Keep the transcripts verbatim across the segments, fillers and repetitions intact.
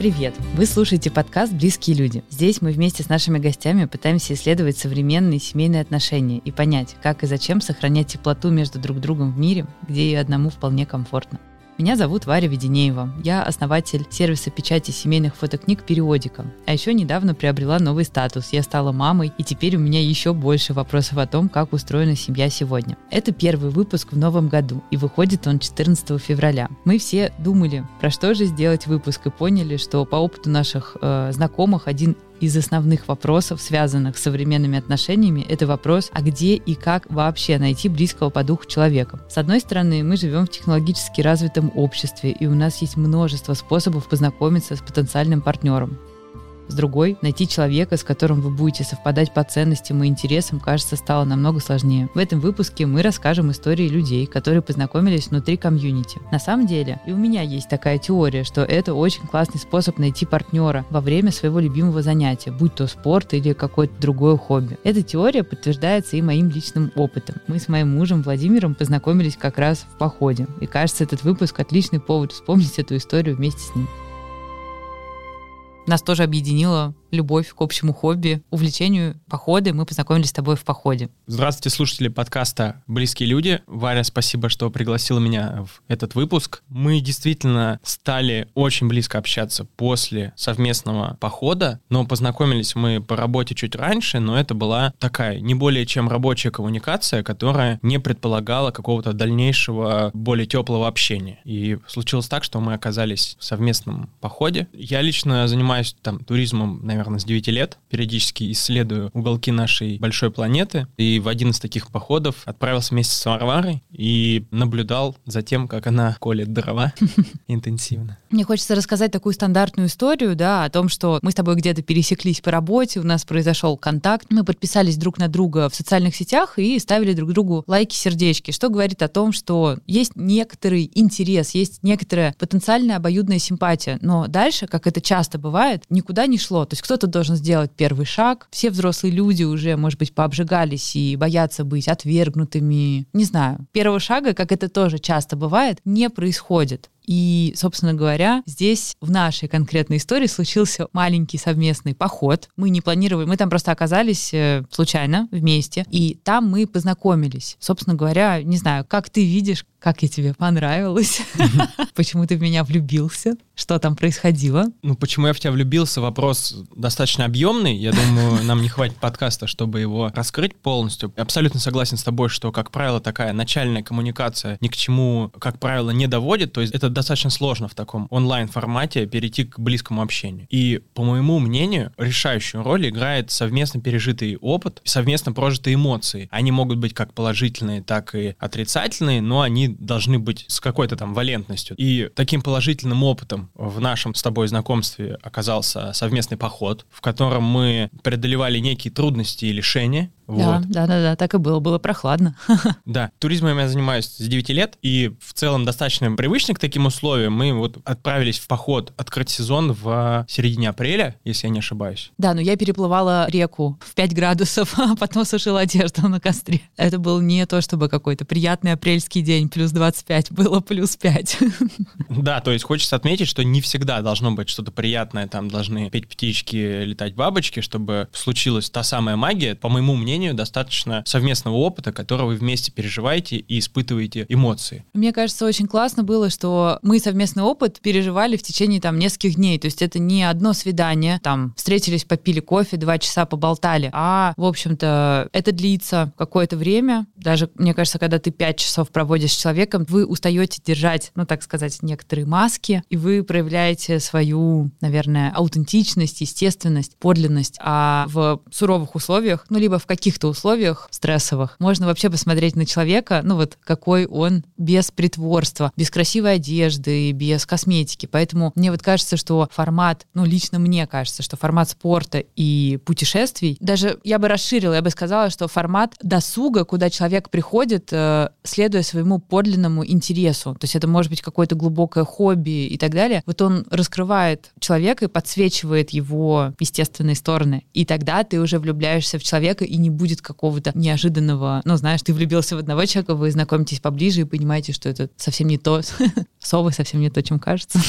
Привет! Вы слушаете подкаст «Близкие люди». Здесь мы вместе с нашими гостями пытаемся исследовать современные семейные отношения и понять, как и зачем сохранять теплоту между друг другом в мире, где и одному вполне комфортно. Меня зовут Варя Веденеева. Я основатель сервиса печати семейных фотокниг «Периодика». А еще недавно приобрела новый статус. Я стала мамой, и теперь у меня еще больше вопросов о том, как устроена семья сегодня. Это первый выпуск в новом году, и выходит он четырнадцатого февраля. Мы все думали, про что же сделать выпуск, и поняли, что по опыту наших э, знакомых один из основных вопросов, связанных с современными отношениями, это вопрос, а где и как вообще найти близкого по духу человека. С одной стороны, мы живем в технологически развитом обществе, и у нас есть множество способов познакомиться с потенциальным партнером. С другой, найти человека, с которым вы будете совпадать по ценностям и интересам, кажется, стало намного сложнее. В этом выпуске мы расскажем истории людей, которые познакомились внутри комьюнити. На самом деле, и у меня есть такая теория, что это очень классный способ найти партнера во время своего любимого занятия, будь то спорт или какое-то другое хобби. Эта теория подтверждается и моим личным опытом. Мы с моим мужем Владимиром познакомились как раз в походе, и кажется, этот выпуск отличный повод вспомнить эту историю вместе с ним. Нас тоже объединила любовь к общему хобби, увлечению походы. Мы познакомились с тобой в походе. Здравствуйте, слушатели подкаста «Близкие люди». Варя, спасибо, что пригласила меня в этот выпуск. Мы действительно стали очень близко общаться после совместного похода, но познакомились мы по работе чуть раньше, но это была такая не более чем рабочая коммуникация, которая не предполагала какого-то дальнейшего, более теплого общения. И случилось так, что мы оказались в совместном походе. Я лично занимаюсь там туризмом, наверное, с девяти лет, периодически исследую уголки нашей большой планеты, и в один из таких походов отправился вместе с Варварой и наблюдал за тем, как она колет дрова интенсивно. Мне хочется рассказать такую стандартную историю, да, о том, что мы с тобой где-то пересеклись по работе, у нас произошел контакт, мы подписались друг на друга в социальных сетях и ставили друг другу лайки, сердечки, что говорит о том, что есть некоторый интерес, есть некоторая потенциальная обоюдная симпатия, но дальше, как это часто бывает, никуда не шло. То есть кто-то должен сделать первый шаг. Все взрослые люди уже, может быть, пообжигались и боятся быть отвергнутыми. Не знаю. Первого шага, как это тоже часто бывает, не происходит. И, собственно говоря, здесь в нашей конкретной истории случился маленький совместный поход. Мы не планировали, мы там просто оказались э, случайно вместе, и там мы познакомились. Собственно говоря, не знаю, как ты видишь, как я тебе понравилась, почему ты в меня влюбился, что там происходило. Ну, почему я в тебя влюбился, вопрос достаточно объемный. Я думаю, нам не хватит подкаста, чтобы его раскрыть полностью. Я абсолютно согласен с тобой, что, как правило, такая начальная коммуникация ни к чему, как правило, не доводит. То есть это достаточно сложно в таком онлайн-формате перейти к близкому общению. И, по моему мнению, решающую роль играет совместно пережитый опыт, совместно прожитые эмоции. Они могут быть как положительные, так и отрицательные, но они должны быть с какой-то там валентностью. И таким положительным опытом в нашем с тобой знакомстве оказался совместный поход, в котором мы преодолевали некие трудности и лишения. Да, вот. да, да, да, так и было, было прохладно. Да, туризмом я занимаюсь с девяти лет, и в целом достаточно привычны к таким условиям. Мы вот отправились в поход открыть сезон в середине апреля, если я не ошибаюсь. Да, но я переплывала реку в пять градусов, а потом сушила одежду на костре. Это был не то чтобы какой-то приятный апрельский день, плюс двадцать пять, было плюс пять. Да, то есть хочется отметить, что не всегда должно быть что-то приятное, там должны петь птички, летать бабочки, чтобы случилась та самая магия. По моему мнению, достаточно совместного опыта, который вы вместе переживаете и испытываете эмоции. Мне кажется, очень классно было, что мы совместный опыт переживали в течение там нескольких дней. То есть это не одно свидание, там встретились, попили кофе, два часа поболтали, а, в общем-то, это длится какое-то время. Даже, мне кажется, когда ты пять часов проводишь с человеком, вы устаете держать, ну, так сказать, некоторые маски, и вы проявляете свою, наверное, аутентичность, естественность, подлинность. А в суровых условиях, ну, либо в каких каких-то условиях стрессовых можно вообще посмотреть на человека, ну вот какой он без притворства, без красивой одежды, без косметики. Поэтому мне вот кажется, что формат, ну лично мне кажется, что формат спорта и путешествий, даже я бы расширила, я бы сказала, что формат досуга, куда человек приходит, э, следуя своему подлинному интересу. То есть это может быть какое-то глубокое хобби и так далее. Вот он раскрывает человека и подсвечивает его естественные стороны. И тогда ты уже влюбляешься в человека, и не будет какого-то неожиданного, ну, знаешь, ты влюбился в одного человека, вы знакомитесь поближе и понимаете, что это совсем не то, совы совсем не то, чем кажется.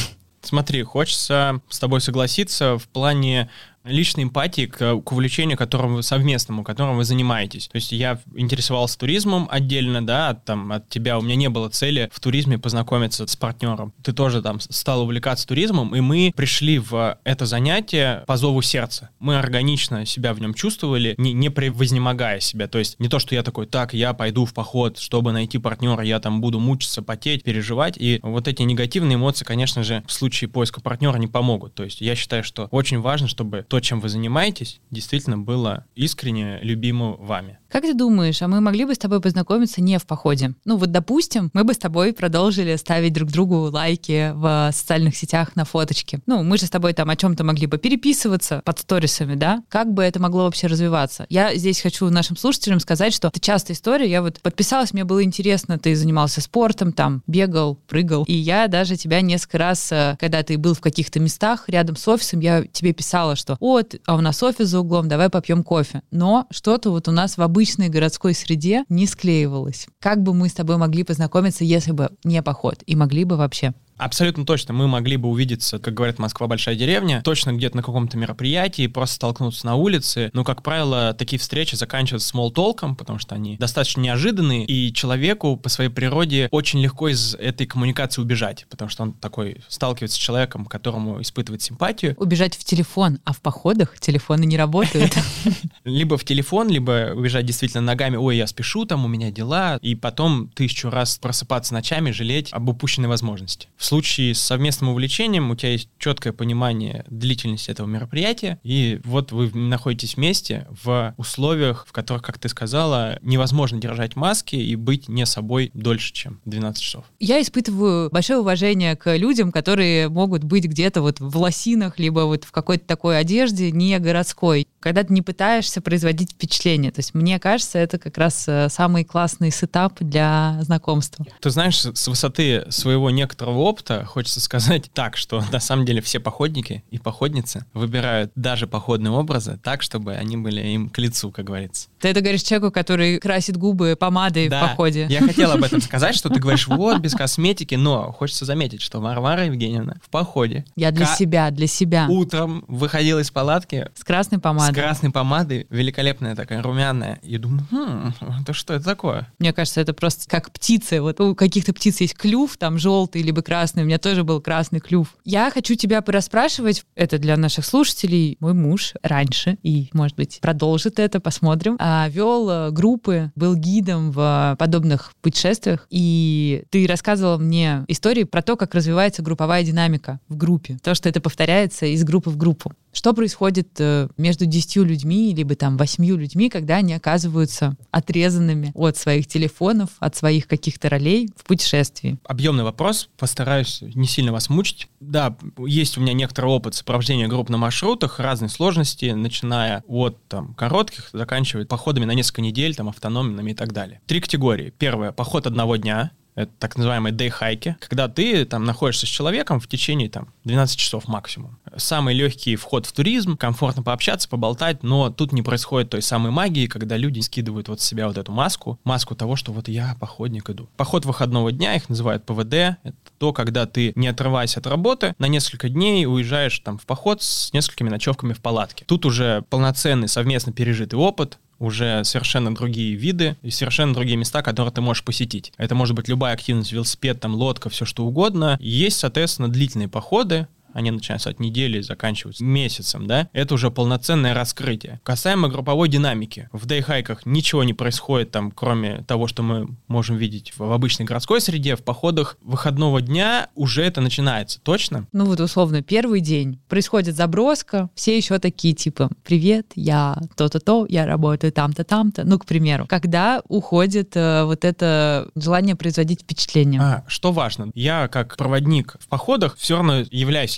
Смотри, хочется с тобой согласиться в плане личной эмпатии к, к увлечению, которым вы совместному, которым вы занимаетесь. То есть я интересовался туризмом отдельно, да, от, там, от тебя у меня не было цели в туризме познакомиться с партнером. Ты тоже там стал увлекаться туризмом, и мы пришли в это занятие по зову сердца. Мы органично себя в нем чувствовали, не, не превознемогая себя. То есть не то, что я такой, так, я пойду в поход, чтобы найти партнера, я там буду мучиться, потеть, переживать. И вот эти негативные эмоции, конечно же, в случае поиска партнера не помогут. То есть я считаю, что очень важно, чтобы то, чем вы занимаетесь, действительно было искренне любимо вами. Как ты думаешь, а мы могли бы с тобой познакомиться не в походе? Ну вот, допустим, мы бы с тобой продолжили ставить друг другу лайки в социальных сетях на фоточки. Ну, мы же с тобой там о чем-то могли бы переписываться под сторисами, да? Как бы это могло вообще развиваться? Я здесь хочу нашим слушателям сказать, что это частая история. Я вот подписалась, мне было интересно, ты занимался спортом, там, бегал, прыгал. И я даже тебя несколько раз, когда ты был в каких-то местах рядом с офисом, я тебе писала, что вот, а у нас офис за углом, давай попьем кофе. Но что-то вот у нас в обычном обычной городской среде не склеивалось. Как бы мы с тобой могли познакомиться, если бы не поход? И могли бы вообще? Абсолютно точно. Мы могли бы увидеться, как говорят, Москва большая деревня, точно где-то на каком-то мероприятии, просто столкнуться на улице. Но, как правило, такие встречи заканчиваются смолл-толком, потому что они достаточно неожиданные, и человеку по своей природе очень легко из этой коммуникации убежать, потому что он такой сталкивается с человеком, которому испытывает симпатию. Убежать в телефон, а в походах телефоны не работают. Либо в телефон, либо убежать действительно ногами, ой, я спешу, там у меня дела, и потом тысячу раз просыпаться ночами, жалеть об упущенной возможности. В случае с совместным увлечением у тебя есть четкое понимание длительности этого мероприятия, и вот вы находитесь вместе в условиях, в которых, как ты сказала, невозможно держать маски и быть не собой дольше, чем двенадцать часов. Я испытываю большое уважение к людям, которые могут быть где-то вот в лосинах, либо вот в какой-то такой одежде не городской, когда ты не пытаешься производить впечатление. То есть мне кажется, это как раз самый классный сетап для знакомства. Ты знаешь, с высоты своего некоторого опыта хочется сказать так, что на самом деле все походники и походницы выбирают даже походные образы так, чтобы они были им к лицу, как говорится. Ты это говоришь человеку, который красит губы помадой да, в походе. Я хотел об этом сказать, что ты говоришь, вот, без косметики, но хочется заметить, что Варвара Евгеньевна в походе. Я для К... себя, для себя. Утром выходила из палатки. С красной помадой. С красной помадой, великолепная такая, румяная. И думаю, хм, это что это такое? Мне кажется, это просто как птицы. Вот у каких-то птиц есть клюв, там желтый либо красный. У меня тоже был красный клюв. Я хочу тебя порасспрашивать, это для наших слушателей. Мой муж раньше, и, может быть, продолжит это, посмотрим, вел группы, был гидом в подобных путешествиях. И ты рассказывала мне истории про то, как развивается групповая динамика в группе. То, что это повторяется из группы в группу. Что происходит между десятью людьми, либо там восьмью людьми, когда они оказываются отрезанными от своих телефонов, от своих каких-то ролей в путешествии? Объемный вопрос, постараюсь не сильно вас мучить. Да, есть у меня некоторый опыт сопровождения групп на маршрутах разной сложности, начиная от там, коротких, заканчивая походами на несколько недель, там, автономными и так далее. Три категории. Первое — поход одного дня. Это так называемые day-хайки, когда ты там находишься с человеком в течение там двенадцати часов максимум. Самый легкий вход в туризм, комфортно пообщаться, поболтать, но тут не происходит той самой магии, когда люди скидывают вот с себя вот эту маску, маску того, что вот я походник иду. Поход выходного дня, их называют пэ вэ дэ, это то, когда ты, не отрываясь от работы, на несколько дней уезжаешь там в поход с несколькими ночевками в палатке. Тут уже полноценный совместно пережитый опыт, уже совершенно другие виды и совершенно другие места, которые ты можешь посетить. Это может быть любая активность, велосипед, там, лодка, все что угодно. Есть, соответственно, длительные походы, они начинаются от недели и заканчиваются месяцем, да, это уже полноценное раскрытие. Касаемо групповой динамики. В дейхайках ничего не происходит там, кроме того, что мы можем видеть в обычной городской среде. В походах выходного дня уже это начинается, точно? Ну вот условно первый день. Происходит заброска, все еще такие типа «Привет, я то-то-то, я работаю там-то, там-то». Ну, к примеру. Когда уходит э, вот это желание производить впечатление? А, что важно, я как проводник в походах все равно являюсь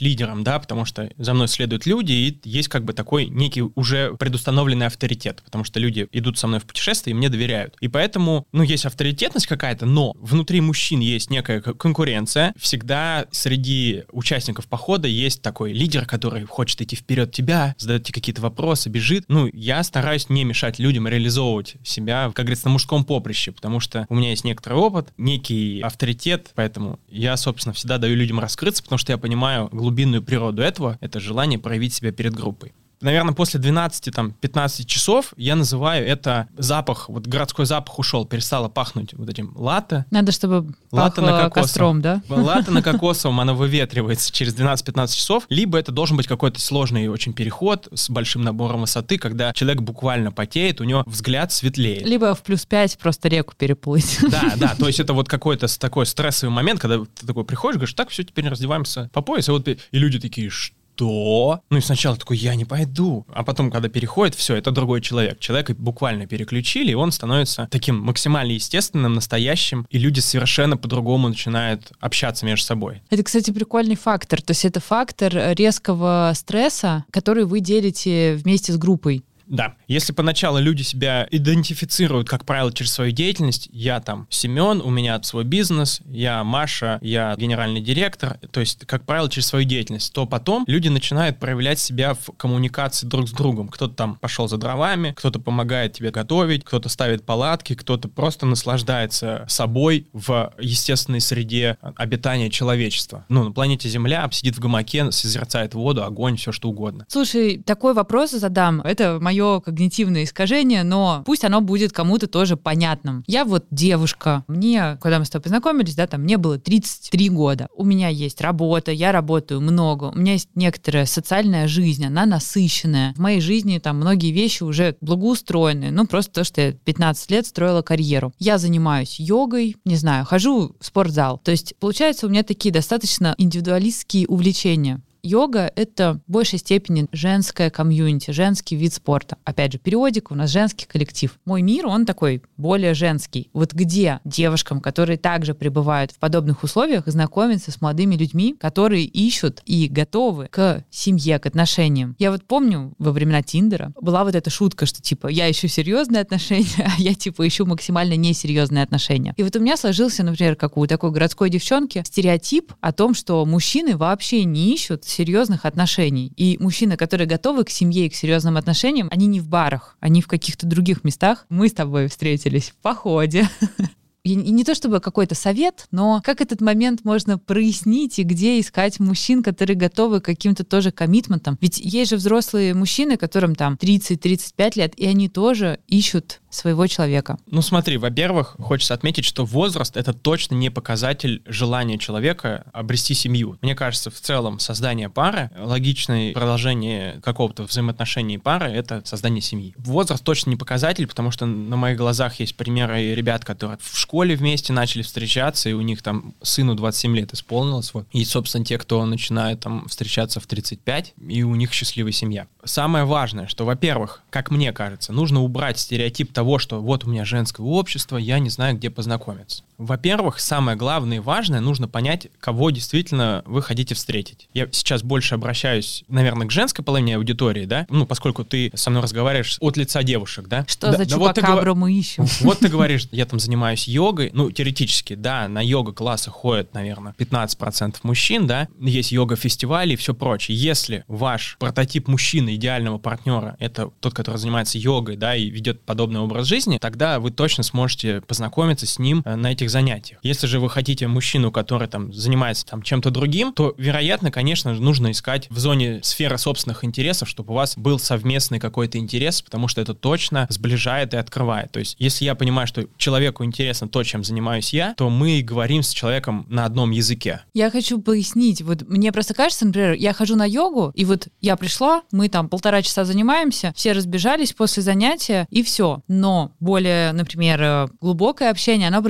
лидером, да, потому что за мной следуют люди, и есть как бы такой некий уже предустановленный авторитет, потому что люди идут со мной в путешествие и мне доверяют. И поэтому, ну, есть авторитетность какая-то, но внутри мужчин есть некая конкуренция. Всегда среди участников похода есть такой лидер, который хочет идти вперед тебя, задает тебе какие-то вопросы, бежит. Ну, я стараюсь не мешать людям реализовывать себя, как говорится, на мужском поприще, потому что у меня есть некоторый опыт, некий авторитет, поэтому я, собственно, всегда даю людям раскрыться, потому что я понимаю глубинную природу этого, это желание проявить себя перед группой. Наверное, после двенадцати-пятнадцати часов я называю это запах, вот городской запах ушел, перестало пахнуть вот этим латте. Надо, чтобы латте пахло на костром, да? Латте на кокосовом, оно выветривается через двенадцать-пятнадцать часов, либо это должен быть какой-то сложный очень переход с большим набором высоты, когда человек буквально потеет, у него взгляд светлеет. Либо в плюс пять просто реку переплыть. Да, да, то есть это вот какой-то такой стрессовый момент, когда ты такой приходишь, говоришь, так, все, теперь раздеваемся по пояс, и вот и люди такие, что? Что? Ну и сначала такой, я не пойду. А потом, когда переходит, все, это другой человек. Человека буквально переключили, и он становится таким максимально естественным, настоящим, и люди совершенно по-другому начинают общаться между собой. Это, кстати, прикольный фактор. То есть это фактор резкого стресса, который вы делите вместе с группой. Да. Если поначалу люди себя идентифицируют, как правило, через свою деятельность, я там Семен, у меня свой бизнес, я Маша, я генеральный директор, то есть, как правило, через свою деятельность, то потом люди начинают проявлять себя в коммуникации друг с другом. Кто-то там пошел за дровами, кто-то помогает тебе готовить, кто-то ставит палатки, кто-то просто наслаждается собой в естественной среде обитания человечества. Ну, на планете Земля сидит в гамаке, созерцает воду, огонь, все что угодно. Слушай, такой вопрос задам. Это моя когнитивное искажение, но пусть оно будет кому-то тоже понятным. Я вот девушка, мне, когда мы с тобой познакомились, да, там мне было тридцать три года. У меня есть работа, я работаю много, у меня есть некоторая социальная жизнь, она насыщенная. В моей жизни там многие вещи уже благоустроены, ну просто то, что я пятнадцать лет строила карьеру. Я занимаюсь йогой, не знаю, хожу в спортзал. То есть, получается, у меня такие достаточно индивидуалистские увлечения. Йога — это в большей степени женская комьюнити, женский вид спорта. Опять же, периодика, у нас женский коллектив. Мой мир, он такой более женский. Вот где девушкам, которые также пребывают в подобных условиях, знакомиться с молодыми людьми, которые ищут и готовы к семье, к отношениям. Я вот помню, во времена Тиндера была вот эта шутка, что типа я ищу серьезные отношения, а я типа ищу максимально несерьезные отношения. И вот у меня сложился, например, как у такой городской девчонки, стереотип о том, что мужчины вообще не ищут серьезных отношений. И мужчины, которые готовы к семье и к серьезным отношениям, они не в барах, они в каких-то других местах. Мы с тобой встретились в походе. И не то чтобы какой-то совет, но как этот момент можно прояснить и где искать мужчин, которые готовы к каким-то тоже коммитментам. Ведь есть же взрослые мужчины, которым там тридцать-тридцать пять лет, и они тоже ищут своего человека. Ну смотри, во-первых, хочется отметить, что возраст — это точно не показатель желания человека обрести семью. Мне кажется, в целом создание пары, логичное продолжение какого-то взаимоотношений пары — это создание семьи. Возраст точно не показатель, потому что на моих глазах есть примеры ребят, которые в школе вместе начали встречаться, и у них там сыну двадцать семь лет исполнилось. Вот. И, собственно, те, кто начинает там встречаться в тридцать пять, и у них счастливая семья. Самое важное, что, во-первых, как мне кажется, нужно убрать стереотип того, что вот у меня женское общество, я не знаю, где познакомиться. Во-первых, самое главное и важное, нужно понять, кого действительно вы хотите встретить. Я сейчас больше обращаюсь, наверное, к женской половине аудитории, да, ну, поскольку ты со мной разговариваешь от лица девушек, да. Что да, за да, чупакабру вот мы ищем? Вот ты говоришь, я там занимаюсь йогой, ну, теоретически, да, на йога-классы ходят, наверное, пятнадцать процентов мужчин, да, есть йога-фестивали и все прочее. Если ваш прототип мужчины, идеального партнера, это тот, который занимается йогой, да, и ведет подобный образ жизни, тогда вы точно сможете познакомиться с ним на этих занятиях. Если же вы хотите мужчину, который там занимается там чем-то другим, то, вероятно, конечно, нужно искать в зоне сферы собственных интересов, чтобы у вас был совместный какой-то интерес, потому что это точно сближает и открывает. То есть, если я понимаю, что человеку интересно то, чем занимаюсь я, то мы говорим с человеком на одном языке. Я хочу пояснить. Вот мне просто кажется, например, я хожу на йогу, и вот я пришла, мы там полтора часа занимаемся, все разбежались после занятия, и все. Но более, например, глубокое общение, оно происходит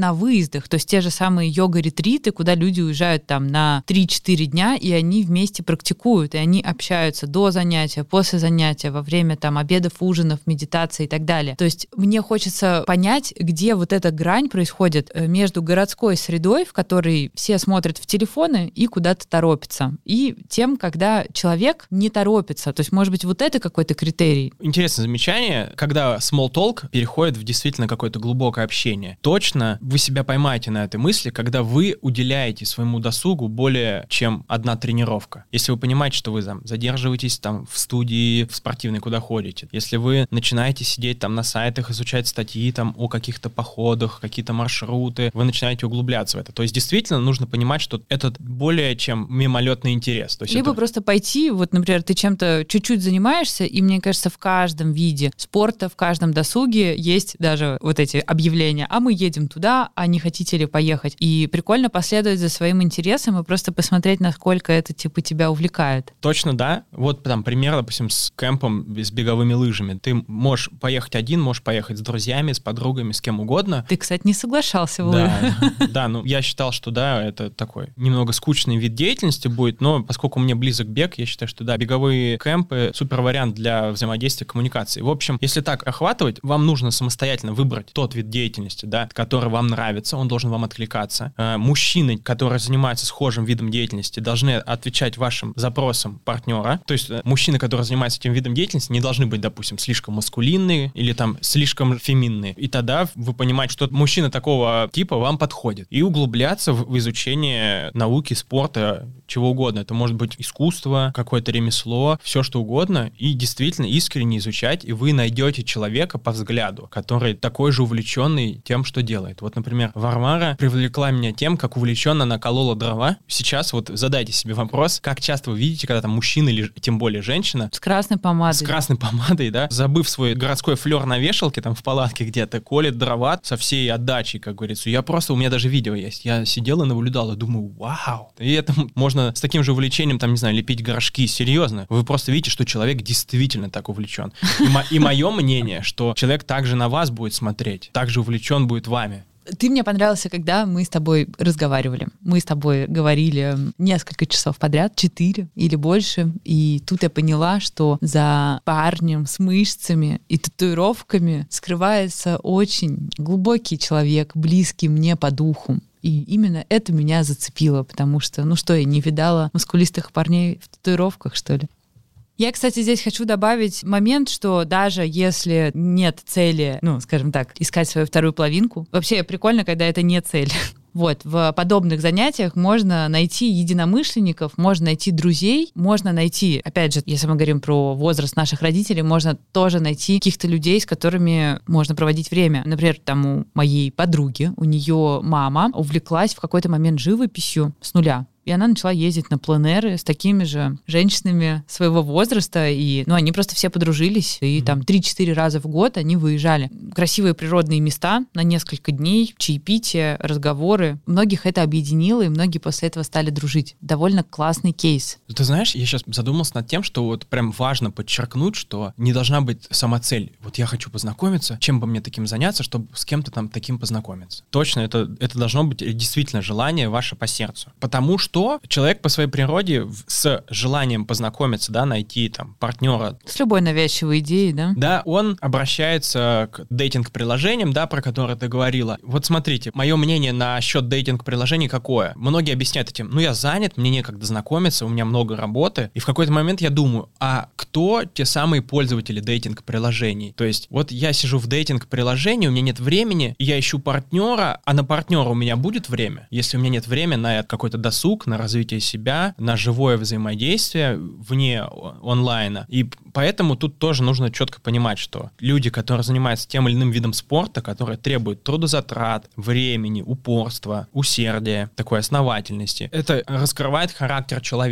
на выездах, то есть те же самые йога-ретриты, куда люди уезжают там на три-четыре дня, и они вместе практикуют, и они общаются до занятия, после занятия, во время там обедов, ужинов, медитации и так далее. То есть мне хочется понять, где вот эта грань происходит между городской средой, в которой все смотрят в телефоны и куда-то торопятся, и тем, когда человек не торопится. То есть, может быть, вот это какой-то критерий. Интересное замечание, когда small talk переходит в действительно какое-то глубокое общение. Точно вы себя поймаете на этой мысли, когда вы уделяете своему досугу более чем одна тренировка. Если вы понимаете, что вы там задерживаетесь там в студии, в спортивной, куда ходите, если вы начинаете сидеть там на сайтах, изучать статьи там о каких-то походах, какие-то маршруты, вы начинаете углубляться в это. То есть действительно нужно понимать, что это более чем мимолетный интерес. То есть Либо это... просто пойти, вот, например, ты чем-то чуть-чуть занимаешься, и мне кажется, в каждом виде спорта, в каждом досуге есть даже вот эти объявления, а мы едем туда, а не хотите ли поехать? И прикольно последовать за своим интересом и просто посмотреть, насколько это типа тебя увлекает. Точно, да. Вот там пример, допустим, с кемпом, с беговыми лыжами. Ты можешь поехать один, можешь поехать с друзьями, с подругами, с кем угодно. Ты, кстати, не соглашался, Вова. Да, да, ну я считал, что да, это такой немного скучный вид деятельности будет, но поскольку мне близок бег, я считаю, что да, беговые кемпы — супер вариант для взаимодействия, коммуникации. В общем, если так охватывать, вам нужно самостоятельно выбрать тот вид деятельности, да, который вам нравится, он должен вам откликаться. Мужчины, которые занимаются схожим видом деятельности, должны отвечать вашим запросам партнера. То есть мужчины, которые занимаются этим видом деятельности, не должны быть, допустим, слишком маскулинные или там слишком феминные. И тогда вы понимаете, что мужчина такого типа вам подходит. И углубляться в изучение науки, спорта, чего угодно. Это может быть искусство, какое-то ремесло, все что угодно. И действительно искренне изучать, и вы найдете человека по взгляду, который такой же увлеченный тем, что делает. Вот, например, Варвара привлекла меня тем, как увлеченно она колола дрова. Сейчас вот задайте себе вопрос, как часто вы видите, когда там мужчина или тем более женщина с красной помадой. С красной помадой, да, забыв свой городской флер на вешалке, там в палатке где-то, колет дрова со всей отдачей, как говорится. Я просто, у меня даже видео есть. Я сидел и наблюдал, и думаю, вау. И это можно с таким же увлечением, там, не знаю, лепить горшки. Серьезно. Вы просто видите, что человек действительно так увлечен. И, мо- и мое мнение, что человек также на вас будет смотреть, также увлечен будет вами. Ты мне понравился, когда мы с тобой разговаривали. Мы с тобой говорили несколько часов подряд, четыре или больше, и тут я поняла, что за парнем с мышцами и татуировками скрывается очень глубокий человек, близкий мне по духу. И именно это меня зацепило, потому что, ну что, я не видала мускулистых парней в татуировках, что ли? Я, кстати, здесь хочу добавить момент, что даже если нет цели, ну, скажем так, искать свою вторую половинку, вообще прикольно, когда это не цель. Вот, в подобных занятиях можно найти единомышленников, можно найти друзей, можно найти, опять же, если мы говорим про возраст наших родителей, можно тоже найти каких-то людей, с которыми можно проводить время. Например, там у моей подруги, у нее мама увлеклась в какой-то момент живописью с нуля. И она начала ездить на пленэры с такими же женщинами своего возраста. И, ну, они просто все подружились. И mm-hmm. там три-четыре раза в год они выезжали. Красивые природные места на несколько дней, чаепитие, разговоры. Многих это объединило, и многие после этого стали дружить. Довольно классный кейс. Ты знаешь, я сейчас задумался над тем, что вот прям важно подчеркнуть, что не должна быть сама цель. Вот я хочу познакомиться, чем бы мне таким заняться, чтобы с кем-то там таким познакомиться. Точно, это, это должно быть действительно желание ваше по сердцу. Потому что человек по своей природе с желанием познакомиться, да, найти там партнера. С любой навязчивой идеей, да? Да, он обращается к дейтинг-приложениям, да, про которые ты говорила. Вот смотрите, мое мнение насчет дейтинг-приложений какое? Многие объясняют этим, ну я занят, мне некогда знакомиться, у меня много работы. И в какой-то момент я думаю, а кто те самые пользователи дейтинг-приложений? То есть вот я сижу в дейтинг-приложении, у меня нет времени, я ищу партнера, а на партнера у меня будет время? Если у меня нет времени на какой-то досуг, на развитие себя, на живое взаимодействие вне онлайна. И поэтому тут тоже нужно четко понимать, что люди, которые занимаются тем или иным видом спорта, которые требуют трудозатрат, времени, упорства, усердия, такой основательности, это раскрывает характер человека.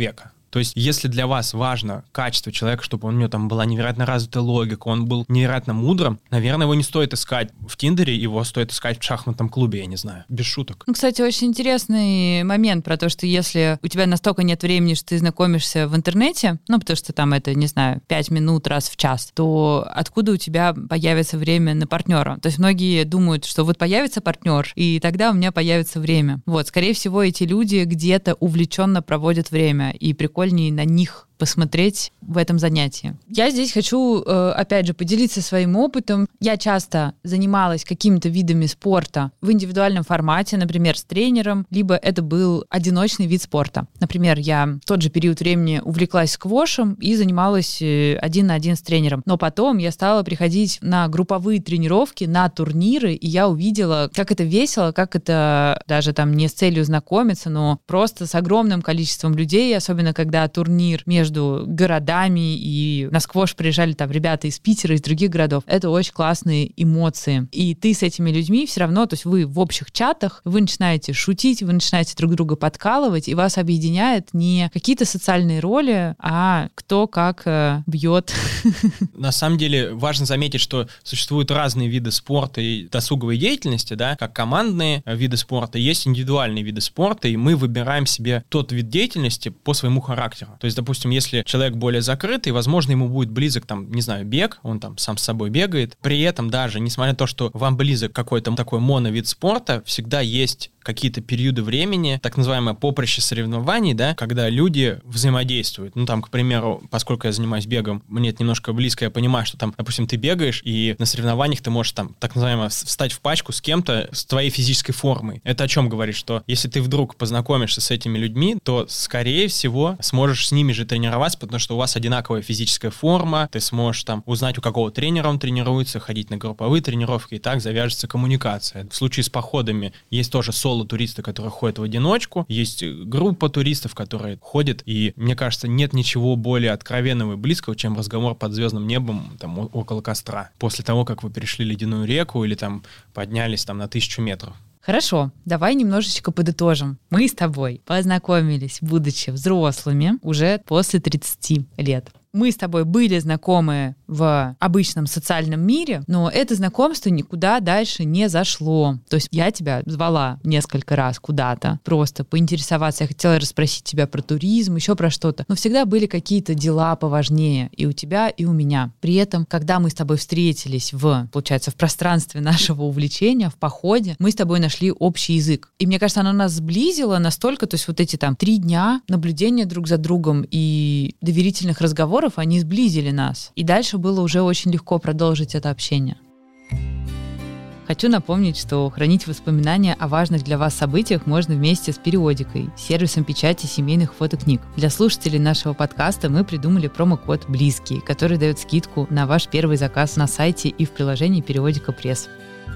То есть, если для вас важно качество человека, чтобы у него там была невероятно развитая логика, он был невероятно мудрым, наверное, его не стоит искать в Тиндере, его стоит искать в шахматном клубе, я не знаю, без шуток. Ну, кстати, очень интересный момент про то, что если у тебя настолько нет времени, что ты знакомишься в интернете, ну, потому что там это, не знаю, пять минут раз в час, то откуда у тебя появится время на партнера? То есть многие думают, что вот появится партнер, и тогда у меня появится время. Вот, скорее всего, эти люди где-то увлеченно проводят время, и прикольнее на них посмотреть в этом занятии. Я здесь хочу, опять же, поделиться своим опытом. Я часто занималась какими-то видами спорта в индивидуальном формате, например, с тренером, либо это был одиночный вид спорта. Например, я в тот же период времени увлеклась сквошем и занималась один на один с тренером. Но потом я стала приходить на групповые тренировки, на турниры, и я увидела, как это весело, как это даже там не с целью знакомиться, но просто с огромным количеством людей, особенно когда турнир между между городами, и на сквош приезжали там ребята из Питера, из других городов. Это очень классные эмоции. И ты с этими людьми все равно, то есть вы в общих чатах, вы начинаете шутить, вы начинаете друг друга подкалывать, и вас объединяет не какие-то социальные роли, а кто как э, бьет. На самом деле важно заметить, что существуют разные виды спорта и досуговой деятельности, да, как командные виды спорта, есть индивидуальные виды спорта, и мы выбираем себе тот вид деятельности по своему характеру. То есть, допустим, если человек более закрытый, возможно, ему будет близок, там, не знаю, бег, он там сам с собой бегает. При этом даже, несмотря на то, что вам близок какой-то такой моновид спорта, всегда есть какие-то периоды времени, так называемое поприще соревнований, да, когда люди взаимодействуют. Ну, там, к примеру, поскольку я занимаюсь бегом, мне это немножко близко, я понимаю, что там, допустим, ты бегаешь, и на соревнованиях ты можешь там, так называемо, встать в пачку с кем-то с твоей физической формой. Это о чем говорит? Что если ты вдруг познакомишься с этими людьми, то, скорее всего, сможешь с ними же тренироваться, потому что у вас одинаковая физическая форма, ты сможешь там узнать, у какого тренера он тренируется, ходить на групповые тренировки, и так завяжется коммуникация. В случае с походами есть тоже соло туристы, которые ходят в одиночку, есть группа туристов, которые ходят, и, мне кажется, нет ничего более откровенного и близкого, чем разговор под звездным небом там, около костра, после того, как вы перешли ледяную реку или там поднялись там на тысячу метров. Хорошо, давай немножечко подытожим. Мы с тобой познакомились, будучи взрослыми, уже после тридцати лет. Мы с тобой были знакомы в обычном социальном мире, но это знакомство никуда дальше не зашло. То есть я тебя звала несколько раз куда-то, просто поинтересоваться. Я хотела расспросить тебя про туризм, еще про что-то. Но всегда были какие-то дела поважнее и у тебя, и у меня. При этом, когда мы с тобой встретились в, получается, в пространстве нашего увлечения, в походе, мы с тобой нашли общий язык. И мне кажется, оно нас сблизило настолько, то есть вот эти там три дня наблюдения друг за другом и доверительных разговоров, они сблизили нас. И дальше было уже очень легко продолжить это общение. Хочу напомнить, что хранить воспоминания о важных для вас событиях можно вместе с периодикой, сервисом печати семейных фотокниг. Для слушателей нашего подкаста мы придумали промокод «Близкий», который дает скидку на ваш первый заказ на сайте и в приложении «Периодика Пресс».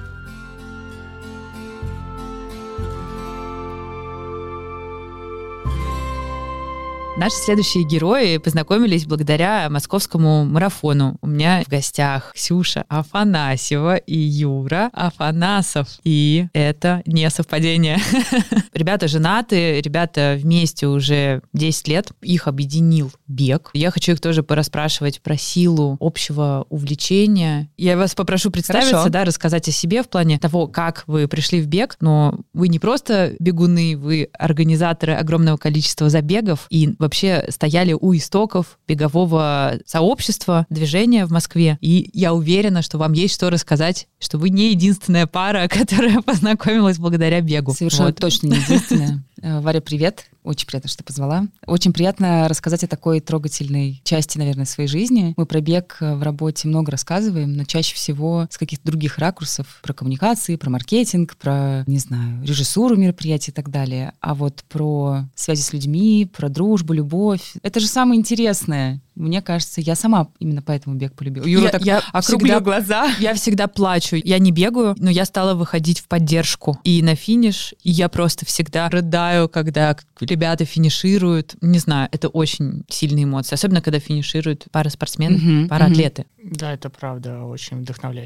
Наши следующие герои познакомились благодаря московскому марафону. У меня в гостях Ксюша Афанасьева и Юра Афанасов. И это не совпадение. Ребята женаты, ребята вместе уже десять лет. Их объединил бег. Я хочу их тоже порасспрашивать про силу общего увлечения. Я вас попрошу представиться, Хорошо. да, рассказать о себе в плане того, как вы пришли в бег. Но вы не просто бегуны, вы организаторы огромного количества забегов и вообще стояли у истоков бегового сообщества, движения в Москве. И я уверена, что вам есть что рассказать, что вы не единственная пара, которая познакомилась благодаря бегу. Совершенно вот. Точно не единственная. Варя, привет. Очень приятно, что позвала. Очень приятно рассказать о такой трогательной части, наверное, своей жизни. Мы про бег в работе много рассказываем, но чаще всего с каких-то других ракурсов. Про коммуникации, про маркетинг, про, не знаю, режиссуру мероприятий и так далее. А вот про связи с людьми, про дружбу, любовь. Это же самое интересное. Мне кажется, я сама именно поэтому бег полюбила. Юра я, так я округлил всегда, глаза. Я всегда плачу. Я не бегаю, но я стала выходить в поддержку. И на финиш, и я просто всегда рыдаю, когда ребята финишируют. Не знаю, это очень сильные эмоции. Особенно, когда финишируют пара спортсменов, uh-huh, пара uh-huh. атлеты. Да, это правда очень вдохновляюще.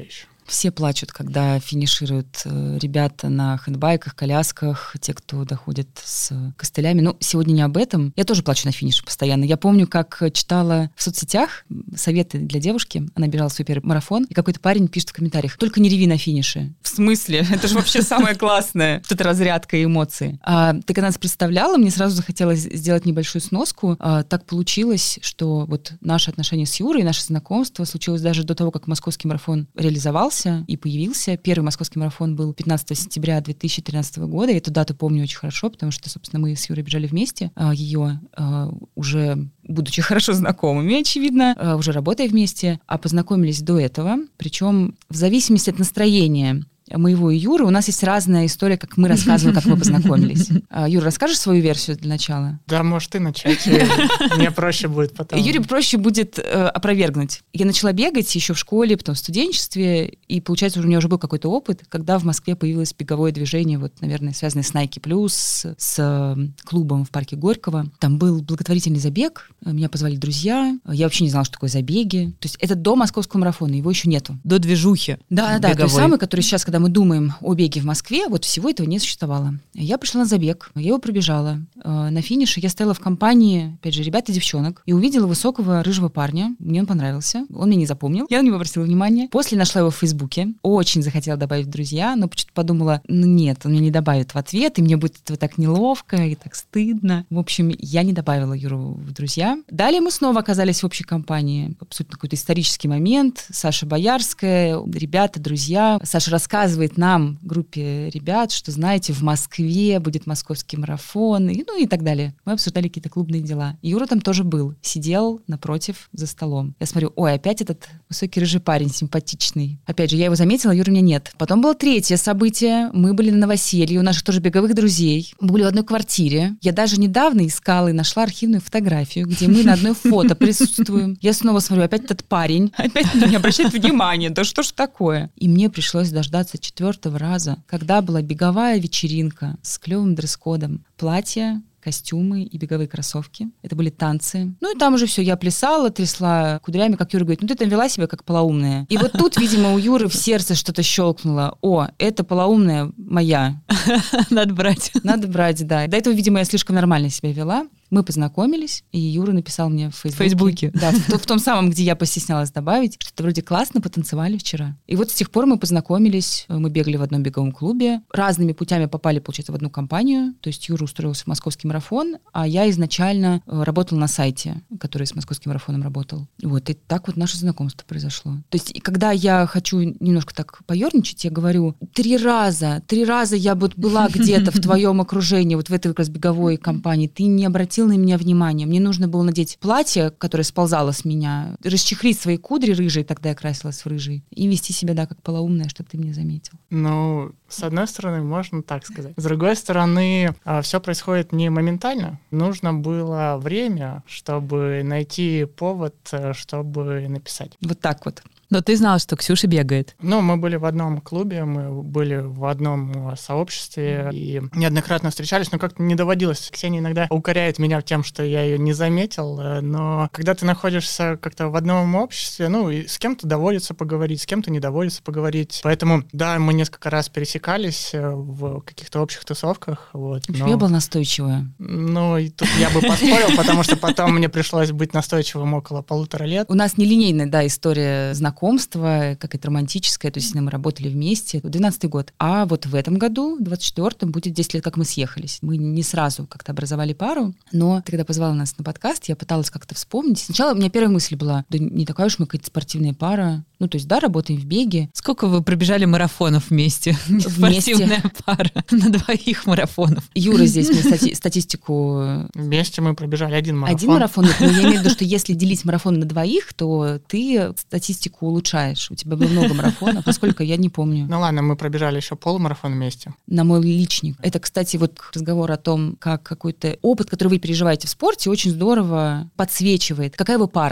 Все плачут, когда финишируют э, ребята на хэндбайках, колясках, те, кто доходит с костылями. Ну, сегодня не об этом. Я тоже плачу на финише постоянно. Я помню, как читала в соцсетях советы для девушки. Она бежала свой первый марафон, и какой-то парень пишет в комментариях: только не реви на финише. В смысле? Это же вообще самое классное. Тут разрядка и эмоции. А, так когда нас представляла, мне сразу захотелось сделать небольшую сноску. А, так получилось, что вот наши отношения с Юрой, наше знакомство случилось даже до того, как московский марафон реализовался и появился. Первый московский марафон был пятнадцатого сентября две тысячи тринадцатого года. Я эту дату помню очень хорошо, потому что, собственно, мы с Юрой бежали вместе. А, ее а, уже будучи хорошо знакомыми, очевидно, а, уже работая вместе, а познакомились до этого. Причем в зависимости от настроения моего и Юры у нас есть разная история, как мы рассказываем, как мы познакомились. Юра, расскажешь свою версию для начала? Да, можешь ты начать. Мне проще будет потом. Юре проще будет э, опровергнуть. Я начала бегать еще в школе, потом в студенчестве, и, получается, у меня уже был какой-то опыт, когда в Москве появилось беговое движение, вот, наверное, связанное с Nike Plus, с, с клубом в парке Горького. Там был благотворительный забег, меня позвали друзья, я вообще не знала, что такое забеги. То есть это до московского марафона, его еще нету. До движухи. Да, да, той самой, который сейчас, когда мы думаем о беге в Москве, вот всего этого не существовало. Я пришла на забег, я его пробежала. На финише я стояла в компании, опять же, ребят и девчонок, и увидела высокого рыжего парня. Мне он понравился. Он меня не запомнил. Я на него обратила внимание. После нашла его в Фейсбуке. Очень захотела добавить в друзья, но почему-то подумала, ну нет, он меня не добавит в ответ, и мне будет этого так неловко и так стыдно. В общем, я не добавила Юру в друзья. Далее мы снова оказались в общей компании. Абсолютно какой-то исторический момент. Саша Боярская, ребята, друзья. Саша рассказывает нам, группе ребят, что, знаете, в Москве будет московский марафон, и, ну и так далее. Мы обсуждали какие-то клубные дела. И Юра там тоже был, сидел напротив за столом. Я смотрю, ой, опять этот высокий рыжий парень, симпатичный. Опять же, я его заметила, Юры у меня нет. Потом было третье событие. Мы были на новоселье у наших тоже беговых друзей. Мы были в одной квартире. Я даже недавно искала и нашла архивную фотографию, где мы на одной фото присутствуем. Я снова смотрю, опять этот парень, опять не обращает внимания. Да что ж такое? И мне пришлось дождаться четвертого раза, когда была беговая вечеринка с клевым дресс-кодом. Платье, костюмы и беговые кроссовки. Это были танцы. Ну и там уже все, я плясала, трясла кудрями, как Юра говорит, ну ты там вела себя как полоумная. И вот тут, видимо, у Юры в сердце что-то щелкнуло. О, это полоумная моя. Надо брать. Надо брать, да. До этого, видимо, я слишком нормально себя вела. Мы познакомились, и Юра написал мне в Фейсбуке. Фейсбуке. Да, в, в том самом, где я постеснялась добавить, что-то вроде классно потанцевали вчера. И вот с тех пор мы познакомились, мы бегали в одном беговом клубе, разными путями попали, получается, в одну компанию, то есть Юра устроился в московский марафон, а я изначально работала на сайте, который с московским марафоном работал. Вот, и так вот наше знакомство произошло. То есть, когда я хочу немножко так поерничать, я говорю, три раза, три раза я вот была где-то в твоем окружении, вот в этой как раз беговой компании, ты не обратил на меня внимание. Мне нужно было надеть платье, которое сползало с меня, расчехлить свои кудри рыжие, тогда я красилась в рыжий, и вести себя, да, как полоумная, чтобы ты меня заметил. Ну, с одной стороны, можно так сказать. С другой стороны, все происходит не моментально. Нужно было время, чтобы найти повод, чтобы написать. Вот так вот. Но ты знала, что Ксюша бегает. Ну, мы были в одном клубе, мы были в одном сообществе и неоднократно встречались, но как-то не доводилось. Ксения иногда укоряет меня тем, что я ее не заметил, но когда ты находишься как-то в одном обществе, ну, и с кем-то доводится поговорить, с кем-то не доводится поговорить. Поэтому, да, мы несколько раз пересекались в каких-то общих тусовках. Вот, но... Я была настойчивая. Ну, и тут я бы поспорил, потому что потом мне пришлось быть настойчивым около полутора лет. У нас нелинейная, да, история знакомства, знакомство, какая-то романтическое, то есть мы работали вместе, двенадцатый год. А вот в этом году, двадцать четвёртом, будет десять лет, как мы съехались. Мы не сразу как-то образовали пару, но ты когда позвала нас на подкаст, я пыталась как-то вспомнить. Сначала у меня первая мысль была, да не такая уж мы какая-то спортивная пара. Ну, то есть, да, работаем в беге. Сколько вы пробежали марафонов вместе? Вместе. Спортивная пара на двоих марафонов. Юра здесь мне стати- статистику... Вместе мы пробежали один марафон. Один марафон? Но я имею в виду, что если делить марафон на двоих, то ты статистику улучшаешь. У тебя было много марафонов, насколько я не помню. Ну ладно, мы пробежали еще полумарафон вместе. На мой личник. Это, кстати, вот разговор о том, как какой-то опыт, который вы переживаете в спорте, очень здорово подсвечивает. Какая вы пара?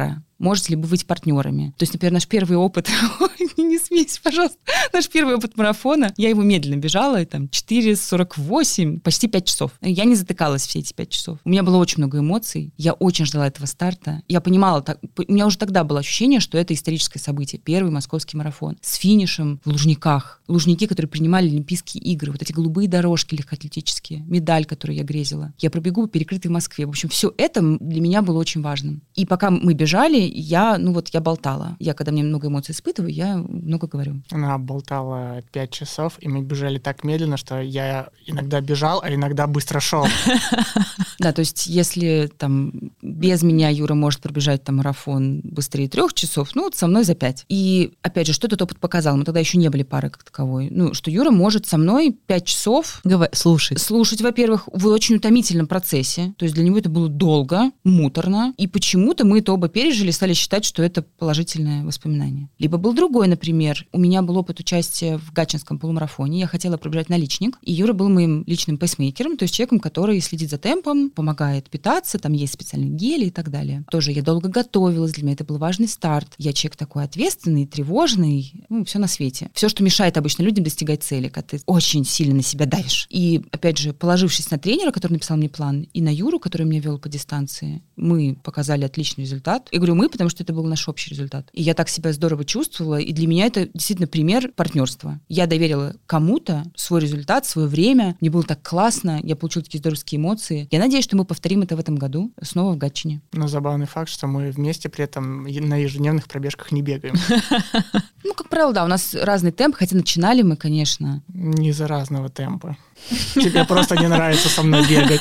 можете ли вы быть партнерами. То есть, например, наш первый опыт, не смейся, пожалуйста, наш первый опыт марафона, я его медленно бежала, и там четыре сорок восемь, почти пять часов. Я не затыкалась все эти пять часов. У меня было очень много эмоций, я очень ждала этого старта. Я понимала, так, у меня уже тогда было ощущение, что это историческое событие, первый московский марафон с финишем в Лужниках. Лужники, которые принимали Олимпийские игры, вот эти голубые дорожки легкоатлетические, медаль, которую я грезила. Я пробегу по перекрытой Москве. В общем, все это для меня было очень важным. И пока мы бежали, я, ну вот, я болтала. Я, когда мне много эмоций испытываю, я много говорю. Она болтала пять часов, и мы бежали так медленно, что я иногда бежал, а иногда быстро шел. Да, то есть если там без меня Юра может пробежать там марафон быстрее трех часов, ну вот со мной за пять. И опять же, что этот опыт показал? Мы тогда еще не были парой как таковой. Ну, что Юра может со мной пять часов Говор... слушать. Слушать, во-первых, в очень утомительном процессе. То есть для него это было долго, муторно. И почему-то мы это оба пережили и стали считать, что это положительное воспоминание. Либо был другой, например. У меня был опыт участия в Гатчинском полумарафоне. Я хотела пробежать наличник. И Юра был моим личным пейсмейкером, то есть человеком, который следит за темпом, помогает питаться, там есть специальные гели и так далее. Тоже я долго готовилась, для меня это был важный старт. Я человек такой ответственный, тревожный, ну, все на свете. Все, что мешает обычно людям достигать цели, когда ты очень сильно на себя давишь. И, опять же, положившись на тренера, который написал мне план, и на Юру, который меня вел по дистанции, мы показали отличный результат. Я говорю «мы», потому что это был наш общий результат. И я так себя здорово чувствовала, и для меня это действительно пример партнерства. Я доверила кому-то свой результат, свое время. Мне было так классно, я получила такие здоровские эмоции. Я надеюсь, что мы повторим это в этом году снова в Гатчине. Но забавный факт, что мы вместе при этом на ежедневных пробежках не бегаем. Ну, как правило, да, у нас разный темп, хотя начинали мы, конечно. Не из-за разного темпа. Тебе просто не нравится со мной бегать.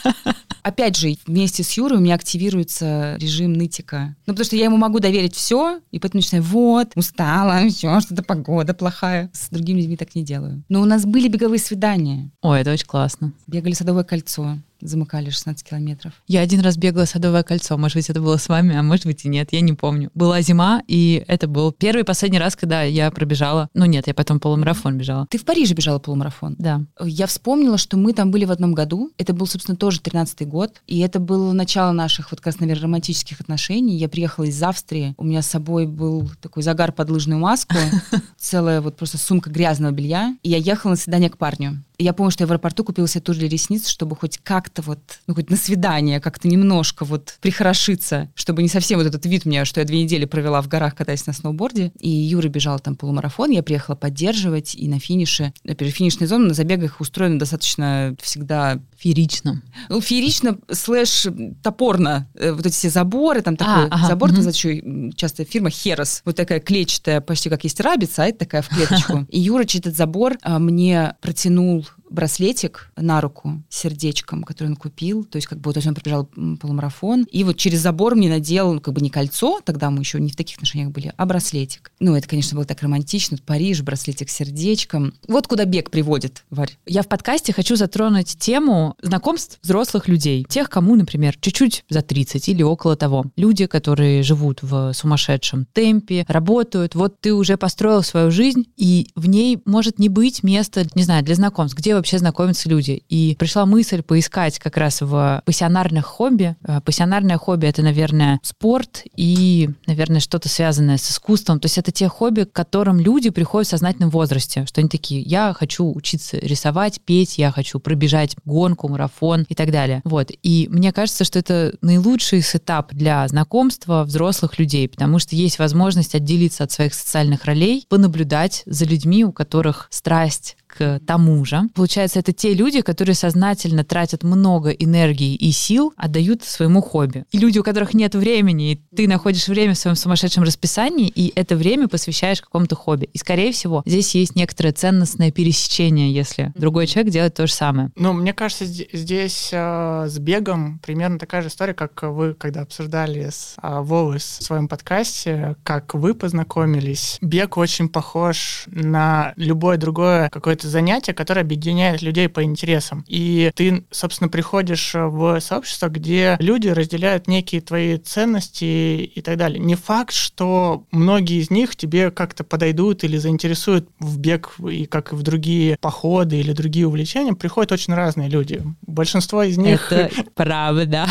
Опять же, вместе с Юрой у меня активируется режим нытика. Ну, потому что я ему могу доверить все, и поэтому начинаю, вот, устала, все, что-то погода плохая. С другими людьми так не делаю. Но у нас были беговые свидания. Ой, это очень классно. Бегали Садовое кольцо. Замыкали шестнадцать километров. Я один раз бегала Садовое кольцо. Может быть, это было с вами, а может быть и нет, я не помню. Была зима, и это был первый и последний раз, когда я пробежала. Ну нет, я потом полумарафон бежала. Ты в Париже бежала полумарафон? Да. Я вспомнила, что мы там были в одном году. Это был, собственно, тоже тринадцатый год. И это было начало наших, вот как раз, наверное, романтических отношений. Я приехала из Австрии. У меня с собой был такой загар под лыжную маску, целая вот просто сумка грязного белья. И я ехала на свидание к парню. И я помню, что я в аэропорту купила себе тур для ресниц, чтобы хоть как-то вот, ну, хоть на свидание, как-то немножко вот прихорошиться, чтобы не совсем вот этот вид у меня, что я две недели провела в горах, катаясь на сноуборде. И Юра бежал там полумарафон, я приехала поддерживать, и на финише, например, финишная зона на забегах устроена достаточно всегда... Феерично. Ну, феерично слэш топорно. Вот эти все заборы, там такой а, ага, забор, угу. называется еще часто фирма Херос. Вот такая клетчатая, почти как есть рабица, а это такая в клеточку. И Юра через этот забор а, мне протянул браслетик на руку с сердечком, который он купил. То есть как бы то есть он пробежал полумарафон. И вот через забор мне надел, ну, как бы не кольцо, тогда мы еще не в таких отношениях были, а браслетик. Ну, это, конечно, было так романтично. Париж, браслетик с сердечком. Вот куда бег приводит, Варь. Я в подкасте хочу затронуть тему знакомств взрослых людей. Тех, кому, например, чуть-чуть за тридцать или около того. Люди, которые живут в сумасшедшем темпе, работают. Вот ты уже построил свою жизнь, и в ней может не быть места, не знаю, для знакомств. Где вообще знакомятся люди? И пришла мысль поискать как раз в пассионарных хобби. Пассионарное хобби — это, наверное, спорт и, наверное, что-то связанное с искусством. То есть это те хобби, к которым люди приходят в сознательном возрасте. Что они такие: я хочу учиться рисовать, петь, я хочу пробежать гонку, марафон и так далее. Вот. И мне кажется, что это наилучший сетап для знакомства взрослых людей, потому что есть возможность отделиться от своих социальных ролей, понаблюдать за людьми, у которых страсть к тому же. Получается, это те люди, которые сознательно тратят много энергии и сил, отдают своему хобби. И люди, у которых нет времени, и ты находишь время в своем сумасшедшем расписании, и это время посвящаешь какому-то хобби. И, скорее всего, здесь есть некоторое ценностное пересечение, если другой человек делает то же самое. Ну, мне кажется, здесь э, с бегом примерно такая же история, как вы, когда обсуждали с э, Вовой в своем подкасте, как вы познакомились. Бег очень похож на любое другое какое-то какое-то занятие, которое объединяет людей по интересам. И ты, собственно, приходишь в сообщество, где люди разделяют некие твои ценности и так далее. Не факт, что многие из них тебе как-то подойдут или заинтересуют в бег, и как и в другие походы или другие увлечения. Приходят очень разные люди. Большинство из них... Это правда.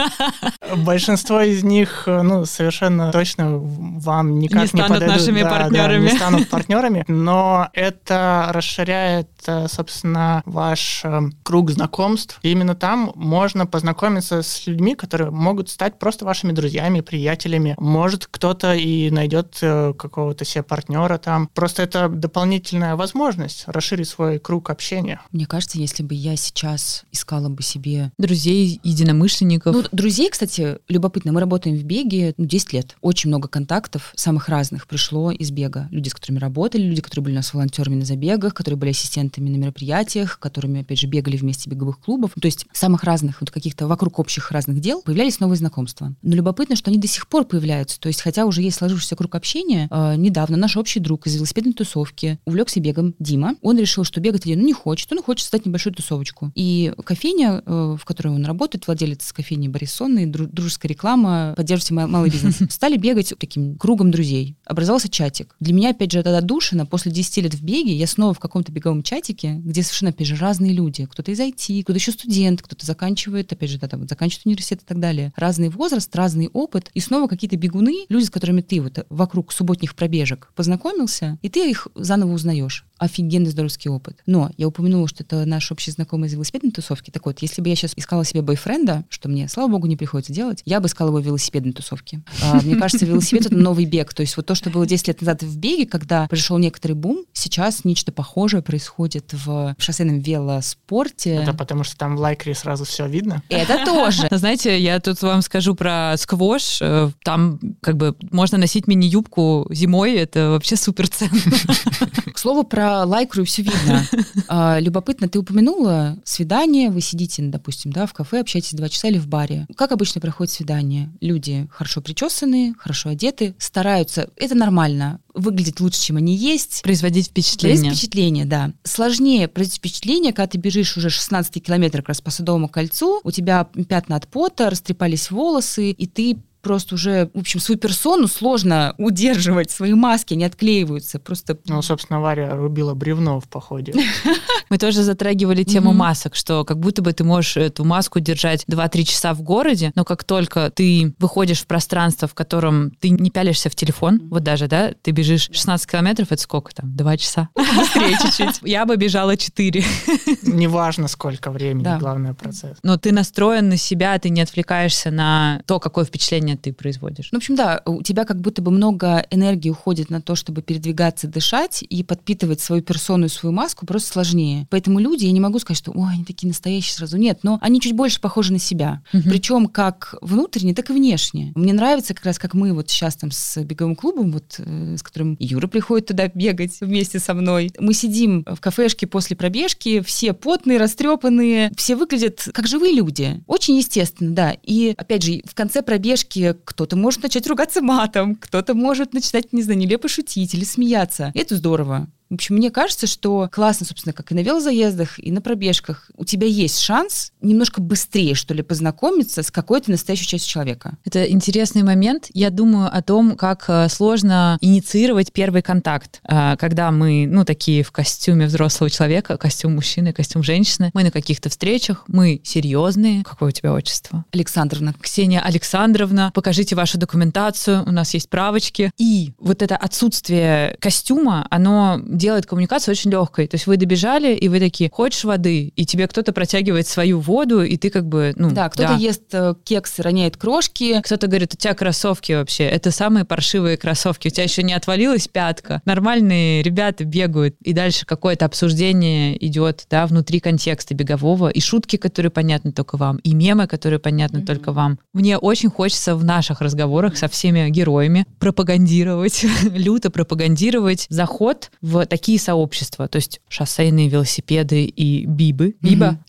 Большинство из них, ну, совершенно точно вам никак не, не станут подойдут. нашими да, партнерами. Да, не станут партнерами, но это расширяет, собственно, ваш круг знакомств. И именно там можно познакомиться с людьми, которые могут стать просто вашими друзьями, приятелями. Может, кто-то и найдет какого-то себе партнера там. Просто это дополнительная возможность расширить свой круг общения. Мне кажется, если бы я сейчас искала бы себе... Друзей, единомышленников. Ну, друзей, кстати, любопытно. Мы работаем в беге ну, десять лет. Очень много контактов самых разных пришло из бега. Люди, с которыми работали, люди, которые были у нас волонтерами на забегах, которые были ассистентами на мероприятиях, которыми, опять же, бегали вместе беговых клубов. То есть самых разных, вот каких-то вокруг общих разных дел появлялись новые знакомства. Но любопытно, что они до сих пор появляются. То есть хотя уже есть сложившийся круг общения, э, недавно наш общий друг из велосипедной тусовки увлекся бегом, Дима. Он решил, что бегать ну, не хочет, он хочет создать небольшую тусовочку. И кофейня, э, в которой он работает, владелец кофейни Борис Сонный, дружеская реклама, поддерживайте малый бизнес, стали бегать таким кругом друзей. Образовался чатик. Для меня, опять же, это отдушина. После десяти лет в беге я снова в каком-то беговом чатике, где совершенно, опять же, разные люди. Кто-то из ай ти, кто-то еще студент, кто-то заканчивает, опять же, да, там, заканчивает университет и так далее. Разный возраст, разный опыт. И снова какие-то бегуны, люди, с которыми ты вот вокруг субботних пробежек познакомился, и ты их заново узнаешь. Офигенный здоровский опыт. Но я упомянула, что это наш общий знакомый из велосипедной тусовки. Так вот, если бы я сейчас искала себе бойфренда, что мне, слава богу, не приходится делать, я бы искала его в велосипедной тусовке. А, мне кажется, велосипед — это новый бег. То есть вот то, что было десять лет назад в беге, когда пришел некоторый бум, сейчас нечто похожее происходит в шоссейном велоспорте. Это потому, что там в лайкре сразу все видно? Это тоже. Знаете, я тут вам скажу про сквош. Там как бы можно носить мини-юбку зимой, это вообще супер ценно. К слову, про лайкру все видно. А, любопытно, ты упомянула свидание, вы сидите, допустим, да, в кафе, общаетесь два часа или в баре. Как обычно проходит свидание? Люди хорошо причесанные, хорошо одеты, стараются, это нормально, выглядеть лучше, чем они есть. Производить впечатление. Производить впечатление, да. Сложнее производить впечатление, когда ты бежишь уже шестнадцатый километр как раз по Садовому кольцу, у тебя пятна от пота, растрепались волосы, и ты просто уже, в общем, свою персону сложно удерживать, свои маски не отклеиваются, просто... Ну, собственно, Варя рубила бревно в походе. Мы тоже затрагивали тему mm-hmm. масок, что как будто бы ты можешь эту маску держать два-три часа в городе, но как только ты выходишь в пространство, в котором ты не пялишься в телефон, mm-hmm. вот даже, да, ты бежишь шестнадцать километров, это сколько там? Два часа? Быстрее чуть-чуть. Я бы бежала четыре. Неважно, сколько времени, главное процесс. Но ты настроен на себя, ты не отвлекаешься на то, какое впечатление ты производишь. Ну, в общем, да, у тебя как будто бы много энергии уходит на то, чтобы передвигаться, дышать и подпитывать свою персону и свою маску просто сложнее. Поэтому люди, я не могу сказать, что ой, они такие настоящие сразу. Нет, но они чуть больше похожи на себя. Uh-huh. Причем как внутренне, так и внешне. Мне нравится как раз, как мы вот сейчас там с беговым клубом, вот, э, с которым Юра приходит туда бегать вместе со мной. Мы сидим в кафешке после пробежки, все потные, растрепанные, все выглядят как живые люди. Очень естественно, да. И, опять же, в конце пробежки кто-то может начать ругаться матом, кто-то может начинать, не знаю, нелепо шутить или смеяться. И это здорово. В общем, мне кажется, что классно, собственно, как и на велозаездах, и на пробежках, у тебя есть шанс немножко быстрее, что ли, познакомиться с какой-то настоящей частью человека. Это интересный момент. Я думаю о том, как сложно инициировать первый контакт. Когда мы, ну, такие в костюме взрослого человека, костюм мужчины, костюм женщины, мы на каких-то встречах, мы серьезные. Какое у тебя отчество? Александровна. Ксения Александровна. Покажите вашу документацию, у нас есть правочки. И вот это отсутствие костюма, оно делает коммуникацию очень легкой. То есть вы добежали, и вы такие, хочешь воды? И тебе кто-то протягивает свою воду, и ты как бы, ну... Да, кто-то да. ест э, кекс, роняет крошки. Кто-то говорит, у тебя кроссовки вообще, это самые паршивые кроссовки, у тебя еще не отвалилась пятка. Нормальные ребята бегают, и дальше какое-то обсуждение идет, да, внутри контекста бегового, и шутки, которые понятны только вам, и мемы, которые понятны mm-hmm. только вам. Мне очень хочется в наших разговорах со всеми героями пропагандировать, люто пропагандировать заход в такие сообщества, то есть шоссейные велосипеды и бибы. Биба.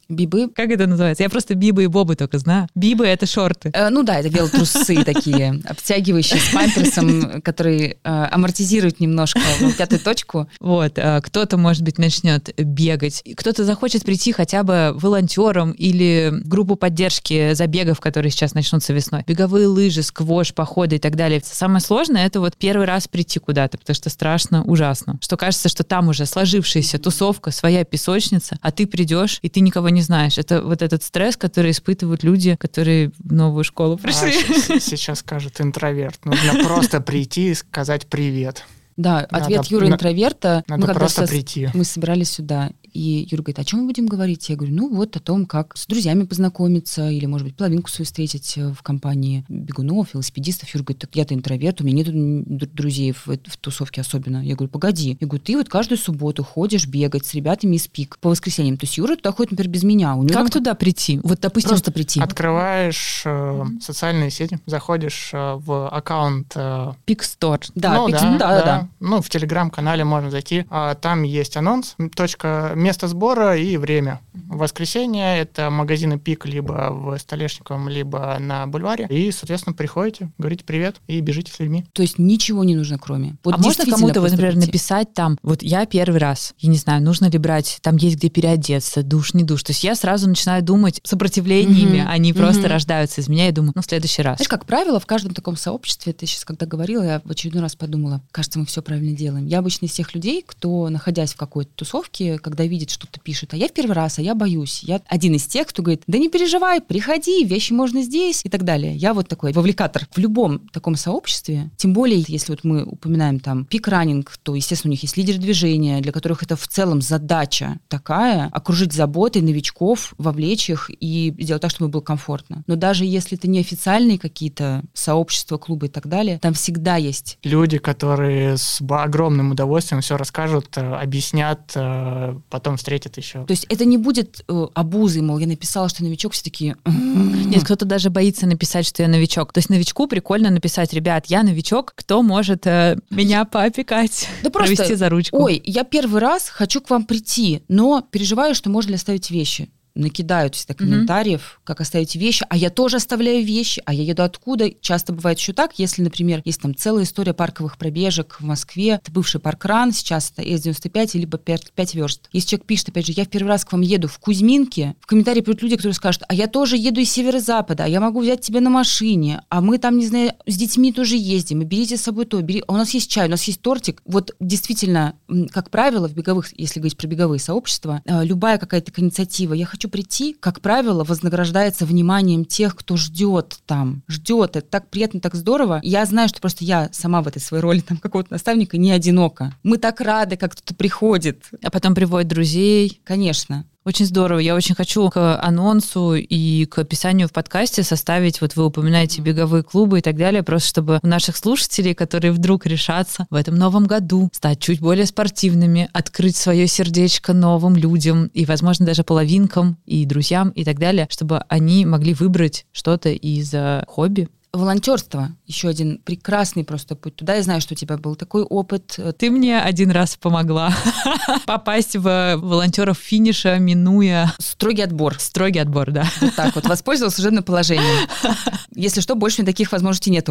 Бибы. Как это называется? Я просто бибы и бобы только знаю. Бибы — это шорты. Э, ну да, это велотрусы такие, обтягивающие с памперсом, которые э, амортизируют немножко в пятую точку. Вот. э, Кто-то, может быть, начнет бегать. Кто-то захочет прийти хотя бы волонтером или в группу поддержки забегов, которые сейчас начнутся весной. Беговые лыжи, сквош, походы и так далее. Самое сложное — это вот первый раз прийти куда-то, потому что страшно, ужасно. Что кажется, что там уже сложившаяся тусовка, своя песочница, а ты придешь, и ты никого не знаешь. Это вот этот стресс, который испытывают люди, которые в новую школу пришли. А, сейчас скажет интроверт. Нужно просто прийти и сказать привет. Да, Надо- ответ Юры на- интроверта. Надо мы когда просто со- прийти. Мы собирались сюда, и Юра говорит, о чем мы будем говорить? Я говорю, ну вот о том, как с друзьями познакомиться, или, может быть, половинку свою встретить в компании бегунов, велосипедистов. Юра говорит, так я-то интроверт, у меня нет друзей в, в тусовке особенно. Я говорю, погоди. Я говорю, ты вот каждую субботу ходишь бегать с ребятами из ПИК по воскресеньям. То есть Юра туда ходит, например, без меня. У него Как там туда прийти? Вот, допустим, просто прийти. Открываешь э, социальные сети, заходишь э, в аккаунт. э, Пикстор. Да, ну, Пикс- да, да, да, да. Ну, в телеграм-канале можно зайти. а, Там есть анонс, точка, место сбора и время. Воскресенье — это магазины ПИК либо в Столешниковом, либо на бульваре. И, соответственно, приходите, говорите привет и бежите с людьми. То есть ничего не нужно кроме. Вот а можно действительно кому-то, вот, просто например, прийти. написать там, вот я первый раз, я не знаю, нужно ли брать, там есть где переодеться, душ, не душ. То есть я сразу начинаю думать сопротивлениями, Мгм. они просто Мгм. рождаются из меня, и думаю, ну, в следующий раз. Знаешь, как правило, в каждом таком сообществе, ты сейчас когда говорила, я в очередной раз подумала, кажется, мы все правильно делаем. Я обычно из тех людей, кто, находясь в какой-то тусовке, когда видит, что-то пишет, а я в первый раз, а я боюсь. Я один из тех, кто говорит, да не переживай, приходи, вещи можно здесь и так далее. Я вот такой вовлекатор. В любом таком сообществе, тем более, если вот мы упоминаем там пик-раннинг, то, естественно, у них есть лидер движения, для которых это в целом задача такая, окружить заботой новичков, вовлечь их и сделать так, чтобы было комфортно. Но даже если это не официальные какие-то сообщества, клубы и так далее, там всегда есть. Люди, которые с б- огромным удовольствием все расскажут, э, объяснят, э, потом встретят еще. То есть это не будет э, обузой, мол, я написала, что новичок, все такие... Нет, кто-то даже боится написать, что я новичок. То есть новичку прикольно написать, ребят, я новичок, кто может э, меня поопекать, Да просто, провести за ручку. ой, я первый раз хочу к вам прийти, но переживаю, что можно ли оставить вещи. Накидают всегда комментариев, как оставить вещи, а я тоже оставляю вещи, а я еду откуда. Часто бывает еще так, если, например, есть там целая история парковых пробежек в Москве, это бывший паркран, сейчас это эс девяносто пять, либо пять верст. Если человек пишет, опять же, я в первый раз к вам еду в Кузьминке, в комментарии придут люди, которые скажут, а я тоже еду из северо-запада, а я могу взять тебя на машине, а мы там, не знаю, с детьми тоже ездим, и берите с собой то, бери... а у нас есть чай, у нас есть тортик. Вот действительно, как правило, в беговых, если говорить про беговые сообщества, любая какая-то инициатива, я хочу прийти, как правило, вознаграждается вниманием тех, кто ждет там, ждет. Это так приятно, так здорово. Я знаю, что просто я сама в этой своей роли там какого-то наставника не одинока. Мы так рады, как кто-то приходит. А потом приводит друзей. Конечно. Очень здорово. Я очень хочу к анонсу и к описанию в подкасте составить, вот вы упоминаете беговые клубы и так далее, просто чтобы у наших слушателей, которые вдруг решатся в этом новом году стать чуть более спортивными, открыть свое сердечко новым людям и, возможно, даже половинкам и друзьям и так далее, чтобы они могли выбрать что-то из хобби. Волонтерство — еще один прекрасный просто путь туда. Я знаю, что у тебя был такой опыт. Ты мне один раз помогла попасть в волонтеров финиша, минуя... Строгий отбор. Строгий отбор, да. Вот так вот. Воспользовалась служебным положением. Если что, больше мне таких возможностей нету.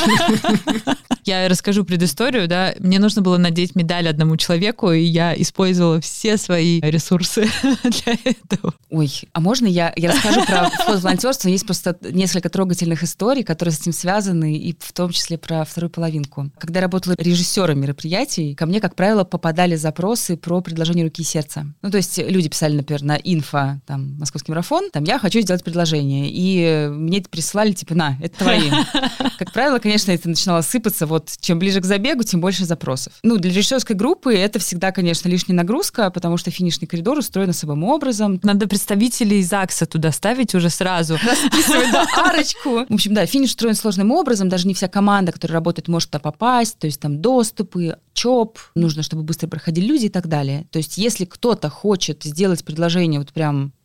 Я расскажу предысторию, да. Мне нужно было надеть медаль одному человеку, и я использовала все свои ресурсы для этого. Ой, а можно я, я расскажу про вход в волонтерство? Есть просто несколько трогательных историй, которые с этим связаны, и в том числе про вторую половинку. Когда я работала режиссером мероприятий, ко мне, как правило, попадали запросы про предложение руки и сердца. Ну, то есть люди писали, например, на инфо, там, московский марафон, там, я хочу сделать предложение, и мне это присылали, типа, на, это твои. Как правило, конечно, это начинало сыпаться, вот, чем ближе к забегу, тем больше запросов. Ну, для режиссерской группы это всегда, конечно, лишняя нагрузка, потому что финишный коридор устроен особым образом. Надо представителей ЗАГСа туда ставить уже сразу. Расписывать, да, арочку. В общем, да, финиш устроен сложным образом, даже не вся команда, которая работает, может туда попасть, то есть там доступы, ЧОП, нужно, чтобы быстро проходили люди и так далее. То есть если кто-то хочет сделать предложение вот прям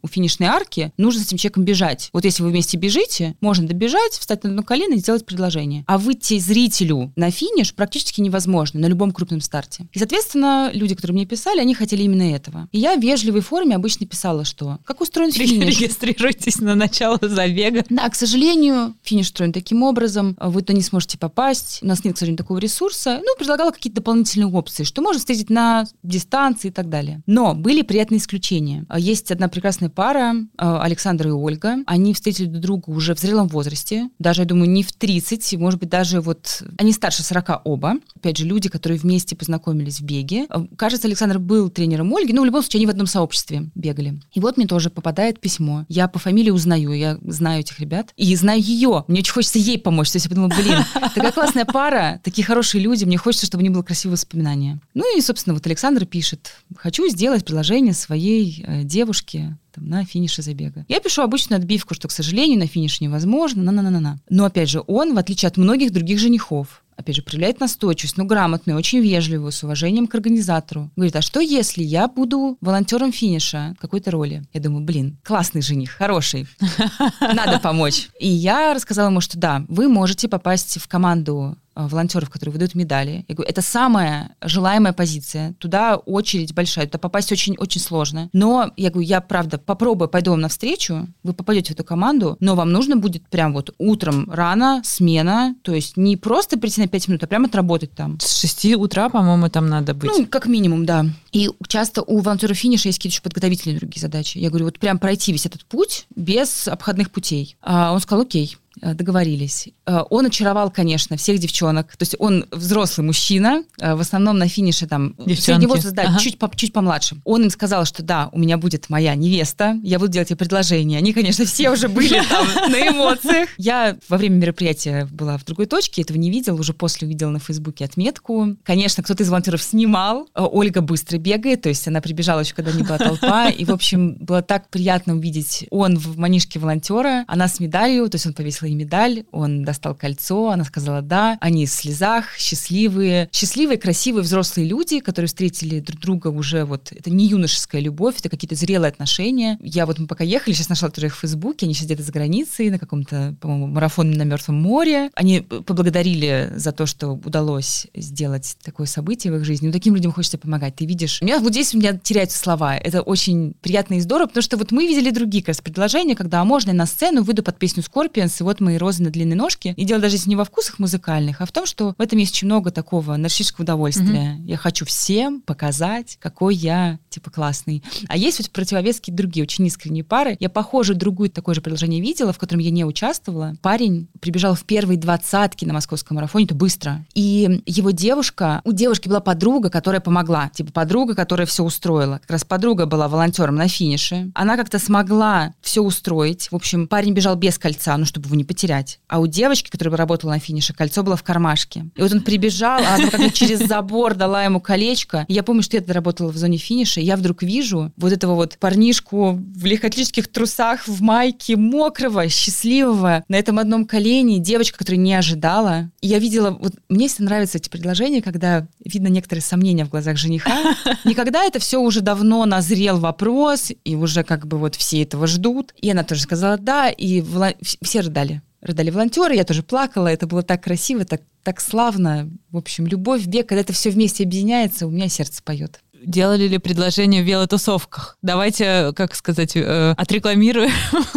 у финишной арки, нужно с этим человеком бежать. Вот если вы вместе бежите, можно добежать, встать на одно колено и сделать предложение. А выйти зрителю на финиш практически невозможно на любом крупном старте. И, соответственно, люди, которые мне писали, они хотели именно этого. И я в вежливой форме обычно писала, что как устроен финиш. Регистрируйтесь на начало забега. Да, к сожалению, финиш устроен таким образом, вы туда не сможете попасть, у нас нет, к сожалению, такого ресурса. Ну, предлагала какие-то дополнительные опции, что можно встретить на дистанции и так далее. Но были приятные исключения. Есть одна прекрасная пара, Александр и Ольга. Они встретили друг друга уже в зрелом возрасте, даже, я думаю, не в тридцать, может быть, даже вот... Они старше сорока оба. Опять же, люди, которые вместе познакомились в беге. Кажется, Александр был тренером Ольги, но в любом случае они в одном сообществе бегали. И вот мне тоже попадает письмо. Я по фамилии узнаю, я знаю этих ребят. И знаю ее. Мне очень хочется ей помочь. То есть я подумала, блин, такая классная пара, такие хорошие люди, мне хочется, чтобы у них было красивое воспоминание. Ну и, собственно, вот Александр пишет: хочу сделать предложение своей э, девушке там, на финише забега. Я пишу обычную отбивку, что, к сожалению, на финиш невозможно, на-на-на-на-на. Но, опять же, он, в отличие от многих других женихов, опять же, проявляет настойчивость, но грамотную, очень вежливую, с уважением к организатору. Говорит, а что если я буду волонтером финиша в какой-то роли? Я думаю, блин, классный жених, хороший, надо помочь. И я рассказала ему, что да, вы можете попасть в команду волонтеров, которые выдают медали. Я говорю, это самая желаемая позиция. Туда очередь большая, туда попасть очень-очень сложно. Но, я говорю, я, правда, попробую, пойду вам навстречу, вы попадете в эту команду, но вам нужно будет прям вот утром рано, смена, то есть не просто прийти на пять минут, а прям отработать там. С шести утра, по-моему, там надо быть. Ну, как минимум, да. И часто у волонтеров финиша есть какие-то еще подготовительные другие задачи. Я говорю, вот прям пройти весь этот путь без обходных путей. А он сказал, окей. Договорились. Он очаровал, конечно, всех девчонок. То есть он взрослый мужчина, в основном на финише там средний возраст, да, ага. чуть, по, чуть помладше. Он им сказал, что да, у меня будет моя невеста, я буду делать ей предложение. Они, конечно, все уже были там на эмоциях. Я во время мероприятия была в другой точке, этого не видела, уже после увидела на Фейсбуке отметку. Конечно, кто-то из волонтеров снимал. Ольга быстро бегает, то есть она прибежала еще, когда не была толпа. И, в общем, было так приятно увидеть. Он в манишке волонтера, она с медалью, то есть он повесил ей медаль, он достал кольцо, она сказала да. Они в слезах, счастливые. Счастливые, красивые взрослые люди, которые встретили друг друга уже вот... Это не юношеская любовь, это какие-то зрелые отношения. Я вот, мы пока ехали, сейчас нашла тоже их в Фейсбуке, они сейчас где-то за границей, на каком-то, по-моему, марафоне на Мертвом море. Они поблагодарили за то, что удалось сделать такое событие в их жизни. Ну, таким людям хочется помогать. Ты видишь... У меня вот здесь у меня теряются слова. Это очень приятно и здорово, потому что вот мы видели другие как раз предложения, когда, а можно я на сцену выйду под песню Scorpions, и вот мои розы на длинной ножке. И дело даже не во вкусах музыкальных, а в том, что в этом есть очень много такого нарциссического удовольствия. Mm-hmm. Я хочу всем показать, какой я, типа, классный. А есть вот противовес какие-то другие, очень искренние пары. Я, похоже, другую такое же предложение видела, в котором я не участвовала. Парень прибежал в первые двадцатки на московском марафоне, это быстро. И его девушка, у девушки была подруга, которая помогла. Типа подруга, которая все устроила. Как раз подруга была волонтером на финише. Она как-то смогла все устроить. В общем, парень бежал без кольца, ну, чтобы его не потерять. А у девочки, которая работала на финише, кольцо было в кармашке. И вот он прибежал, а она как-то через забор дала ему колечко. И я помню, что я тогда работала в зоне финиша, и я вдруг вижу вот этого вот парнишку в легкоатлетических трусах, в майке, мокрого, счастливого, на этом одном колене, девочка, которая не ожидала. И я видела, вот мне всегда нравятся эти предложения, когда видно некоторые сомнения в глазах жениха. Никогда это все уже давно назрел вопрос, и уже как бы вот все этого ждут. И она тоже сказала да, и вла... все рыдали. Рыдали волонтеры, я тоже плакала, это было так красиво, так, так славно. В общем, любовь, бег, когда это все вместе объединяется, у меня сердце поет. Делали ли предложение в велотусовках? Давайте, как сказать, э, отрекламируем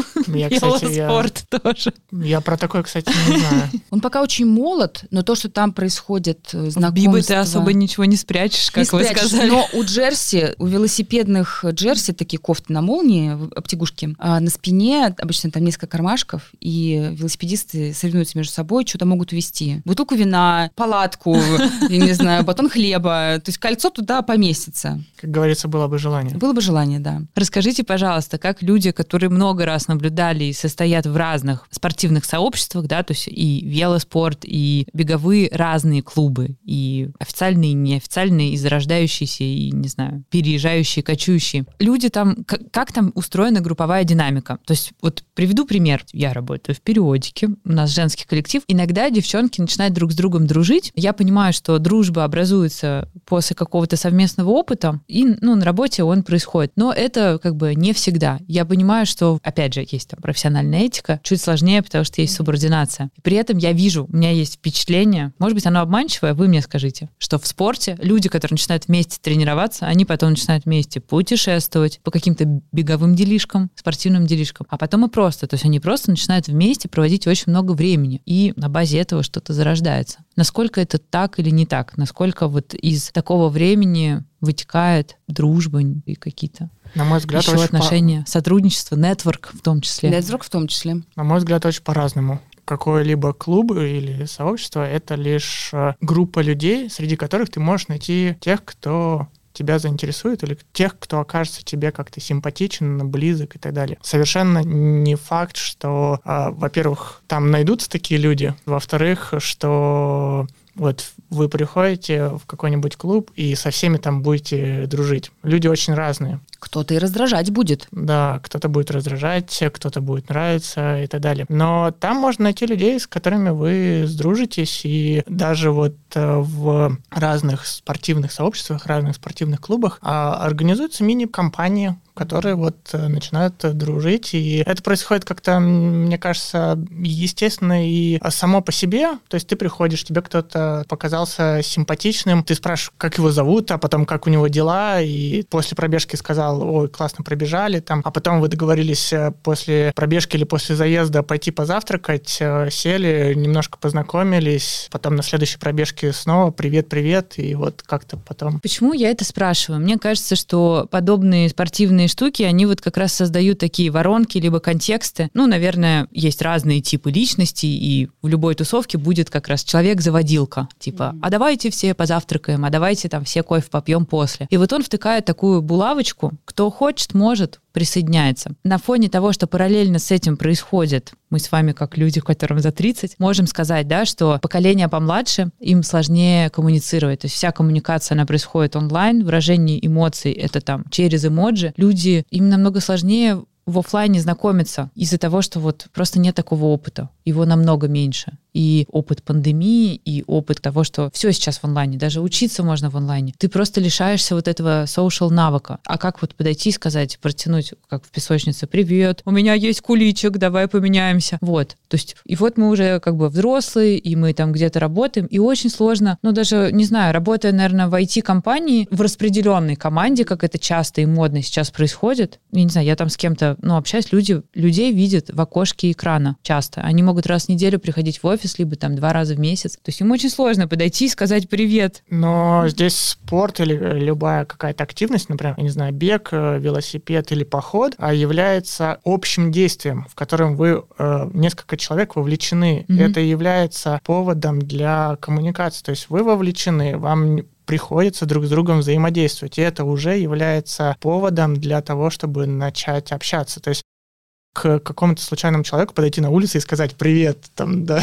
велоспорт тоже. Я про такое, кстати, не знаю. Он пока очень молод, но то, что там происходит, знакомство... В Бибы ты особо ничего не спрячешь, как вы сказали. Но у джерси, у велосипедных джерси, такие кофты на молнии, обтягушки, а на спине обычно там несколько кармашков, и велосипедисты соревнуются между собой, что-то могут увезти. Бутылку вина, палатку, я не знаю, батон хлеба. То есть кольцо туда поместится. Как говорится, было бы желание. Было бы желание, да. Расскажите, пожалуйста, как люди, которые много раз наблюдали и состоят в разных спортивных сообществах, да, то есть и велоспорт, и беговые разные клубы, и официальные, и неофициальные, и зарождающиеся, и, не знаю, переезжающие, кочующие. Люди там, как, как там устроена групповая динамика? То есть вот приведу пример. Я работаю в периодике, у нас женский коллектив. Иногда девчонки начинают друг с другом дружить. Я понимаю, что дружба образуется после какого-то совместного опыта, опытом, и ну, на работе он происходит. Но это как бы не всегда. Я понимаю, что, опять же, есть там профессиональная этика, чуть сложнее, потому что есть субординация. И при этом я вижу, у меня есть впечатление, может быть, оно обманчивое, вы мне скажите, что в спорте люди, которые начинают вместе тренироваться, они потом начинают вместе путешествовать по каким-то беговым делишкам, спортивным делишкам, а потом и просто. То есть они просто начинают вместе проводить очень много времени, и на базе этого что-то зарождается. Насколько это так или не так? Насколько вот из такого времени вытекает дружба и какие-то на мой взгляд, еще отношения, по... сотрудничество, нетворк в том числе? Нетворк в том числе. На мой взгляд, очень по-разному. Какой-либо клуб или сообщество — это лишь группа людей, среди которых ты можешь найти тех, кто тебя заинтересует, или тех, кто окажется тебе как-то симпатичен, близок и так далее. Совершенно не факт, что, а, во-первых, там найдутся такие люди, во-вторых, что вот вы приходите в какой-нибудь клуб и со всеми там будете дружить. Люди очень разные. Кто-то и раздражать будет. Да, кто-то будет раздражать, кто-то будет нравиться и так далее. Но там можно найти людей, с которыми вы сдружитесь, и даже вот в разных спортивных сообществах, разных спортивных клубах организуются мини-компании, которые вот начинают дружить, и это происходит как-то, мне кажется, естественно и само по себе. То есть ты приходишь, тебе кто-то показался симпатичным, ты спрашиваешь, как его зовут, а потом как у него дела, и после пробежки сказал: ой, классно пробежали, там, а потом вы договорились после пробежки или после заезда пойти позавтракать, сели, немножко познакомились, потом на следующей пробежке снова привет-привет, и вот как-то потом... Почему я это спрашиваю? Мне кажется, что подобные спортивные штуки, они вот как раз создают такие воронки, либо контексты. Ну, наверное, есть разные типы личностей, и в любой тусовке будет как раз человек-заводилка. Типа, а давайте все позавтракаем, а давайте там все кофе попьем после. И вот он втыкает такую булавочку, кто хочет, может, присоединяется. На фоне того, что параллельно с этим происходит, мы с вами, как люди, которым за тридцать, можем сказать, да, что поколение помладше, им сложнее коммуницировать. То есть вся коммуникация, она происходит онлайн, выражение эмоций — это там через эмоджи. Люди, им намного сложнее в офлайне знакомиться из-за того, что вот просто нет такого опыта. Его намного меньше. И опыт пандемии, и опыт того, что все сейчас в онлайне, даже учиться можно в онлайне. Ты просто лишаешься вот этого social навыка. А как вот подойти и сказать, протянуть, как в песочнице: привет, у меня есть куличик, давай поменяемся. Вот. То есть, и вот мы уже как бы взрослые, и мы там где-то работаем, и очень сложно, ну даже, не знаю, работая, наверное, в ай ти-компании, в распределенной команде, как это часто и модно сейчас происходит, я не знаю, я там с кем-то, ну, общаюсь, люди, людей видят в окошке экрана часто. Они могут раз в неделю приходить в офис, либо там два раза в месяц. То есть им очень сложно подойти и сказать привет. Но здесь спорт или любая какая-то активность, например, я не знаю, бег, велосипед или поход, является общим действием, в котором вы э, несколько человек вовлечены. Mm-hmm. Это является поводом для коммуникации. То есть вы вовлечены, вам приходится друг с другом взаимодействовать, и это уже является поводом для того, чтобы начать общаться. То есть к какому-то случайному человеку подойти на улице и сказать привет, там, да.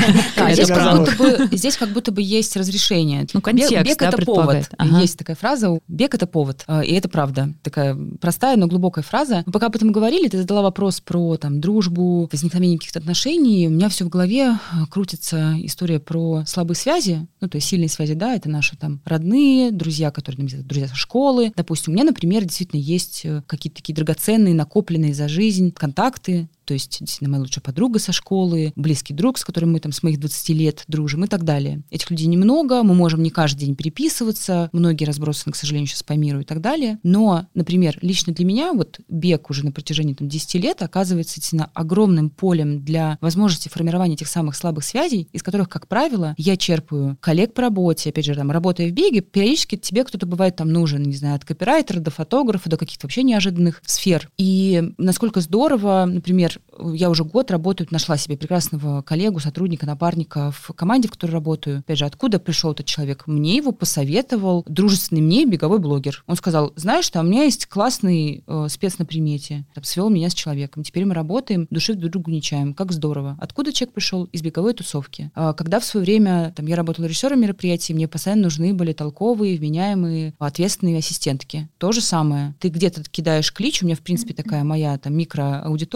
Здесь как будто бы есть разрешение. Ну, контекст, бег — это повод. Есть такая фраза: бег — это повод. И это правда. Такая простая, но глубокая фраза. Мы пока об этом говорили, ты задала вопрос про там дружбу, возникновение каких-то отношений. У меня все в голове крутится история про слабые связи, ну, то есть сильные связи, да, это наши там родные, друзья, которые, друзья со школы. Допустим, у меня, например, действительно есть какие-то такие драгоценные, накопленные за жизнь контакты, то есть действительно моя лучшая подруга со школы, близкий друг, с которым мы там с моих двадцати лет дружим и так далее. Этих людей немного, мы можем не каждый день переписываться, многие разбросаны, к сожалению, сейчас по миру и так далее. Но, например, лично для меня вот бег уже на протяжении там, десяти лет оказывается действительно огромным полем для возможности формирования этих самых слабых связей, из которых, как правило, я черпаю коллег по работе, опять же, там, работая в беге, периодически тебе кто-то бывает там нужен, не знаю, от копирайтера до фотографа, до каких-то вообще неожиданных сфер. И насколько здорово, например, я уже год работаю, нашла себе прекрасного коллегу, сотрудника, напарника в команде, в которой работаю. Опять же, откуда пришел этот человек? Мне его посоветовал дружественный мне беговой блогер. Он сказал: знаешь, что у меня есть классный э, спец на примете. Там, свел меня с человеком. Теперь мы работаем, души друг другу не чаем. Как здорово. Откуда человек пришел? Из беговой тусовки. А, когда в свое время там, я работала режиссером мероприятий, мне постоянно нужны были толковые, вменяемые, ответственные ассистентки. То же самое. Ты где-то кидаешь клич, у меня, в принципе, такая моя там микроаудитория,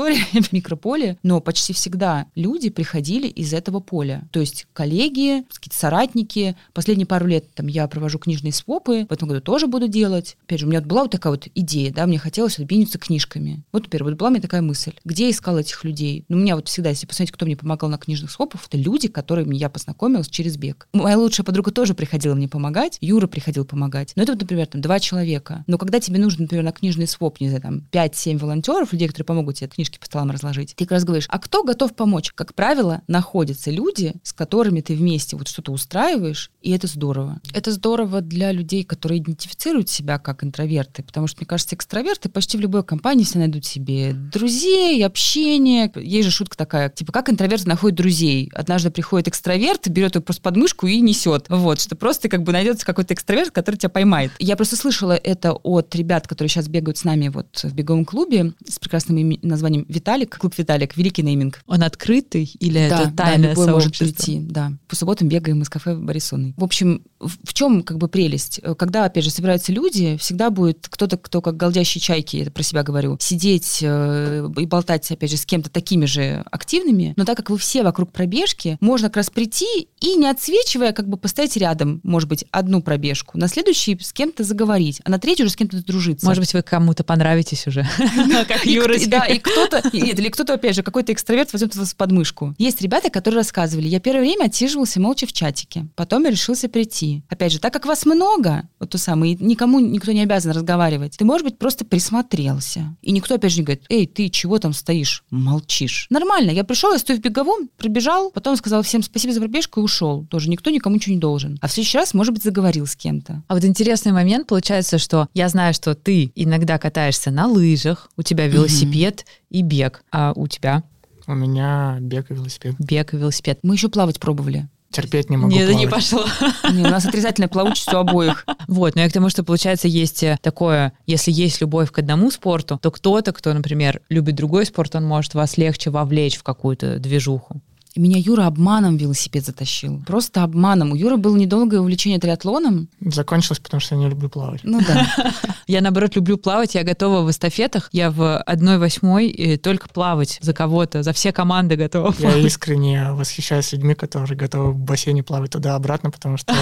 в микрополе, но почти всегда люди приходили из этого поля. То есть коллеги, какие-то соратники. Последние пару лет там я провожу книжные свопы, в этом году тоже буду делать. Опять же, у меня вот была вот такая вот идея, да, мне хотелось обмениваться книжками. Вот теперь вот была у меня такая мысль. Где я искала этих людей? Ну, у меня вот всегда, если посмотреть, кто мне помогал на книжных свопах, это люди, которыми я познакомилась через бег. Моя лучшая подруга тоже приходила мне помогать, Юра приходил помогать. Но это вот, например, там два человека. Но когда тебе нужно, например, на книжный своп, не знаю, там пять-семь волонтеров, людей, которые помогут тебе книжки по столам разложить, ты как раз говоришь, а кто готов помочь? Как правило, находятся люди, с которыми ты вместе вот что-то устраиваешь, и это здорово. Это здорово для людей, которые идентифицируют себя как интроверты, потому что, мне кажется, экстраверты почти в любой компании все найдут себе друзей, общение. Есть же шутка такая, типа, как интроверты находят друзей? Однажды приходит экстраверт, берет его просто под мышку и несет. Вот, что просто как бы найдется какой-то экстраверт, который тебя поймает. Я просто слышала это от ребят, которые сейчас бегают с нами вот в беговом клубе с прекрасным име- названием «Виталик», клуб «Виталик», великий нейминг. Он открытый или Да, это тайное да, любой может сообщество? прийти, да. По субботам бегаем из кафе Борисонной. В общем, в, в чем как бы прелесть? Когда, опять же, собираются люди, всегда будет кто-то, кто как голдящие чайки, это про себя говорю, сидеть э, и болтать, опять же, с кем-то такими же активными, но так как вы все вокруг пробежки, можно как раз прийти и, не отсвечивая, как бы поставить рядом, может быть, одну пробежку, на следующий с кем-то заговорить, а на третий уже с кем-то дружиться. Может быть, вы кому-то понравитесь уже, как Юра. Да, и кто-то, или кто-то, опять же, какой-то экстраверт возьмет вас под мышку. Есть ребята, которые рассказывали, я первое время отсиживался молча в чатике, потом я решился прийти. Опять же, так как вас много, вот то самое, и никому никто не обязан разговаривать, ты, может быть, просто присмотрелся. И никто, опять же, не говорит, эй, ты чего там стоишь? Молчишь. Нормально, я пришел, я стою в беговом, пробежал, потом сказал всем спасибо за пробежку и ушел. Тоже никто никому ничего не должен. А в следующий раз, может быть, заговорил с кем-то. А вот интересный момент получается, что я знаю, что ты иногда катаешься на лыжах, у тебя велосипед mm-hmm. и бег, а у тебя? У меня бег и велосипед. Бег и велосипед. Мы еще плавать пробовали. Терпеть не могу Нет, плавать. не пошло. Не, у нас отрицательная плавучесть у обоих. Вот, но я к тому, что, получается, есть такое, если есть любовь к одному спорту, то кто-то, кто, например, любит другой спорт, он может вас легче вовлечь в какую-то движуху. Меня Юра обманом в велосипед затащил. Просто обманом. У Юры было недолгое увлечение триатлоном. Закончилось, потому что я не люблю плавать. Ну да. Я, наоборот, люблю плавать. Я готова в эстафетах. Я в одной восьмой только плавать за кого-то, за все команды готова плавать. Я искренне восхищаюсь людьми, которые готовы в бассейне плавать туда-обратно, потому что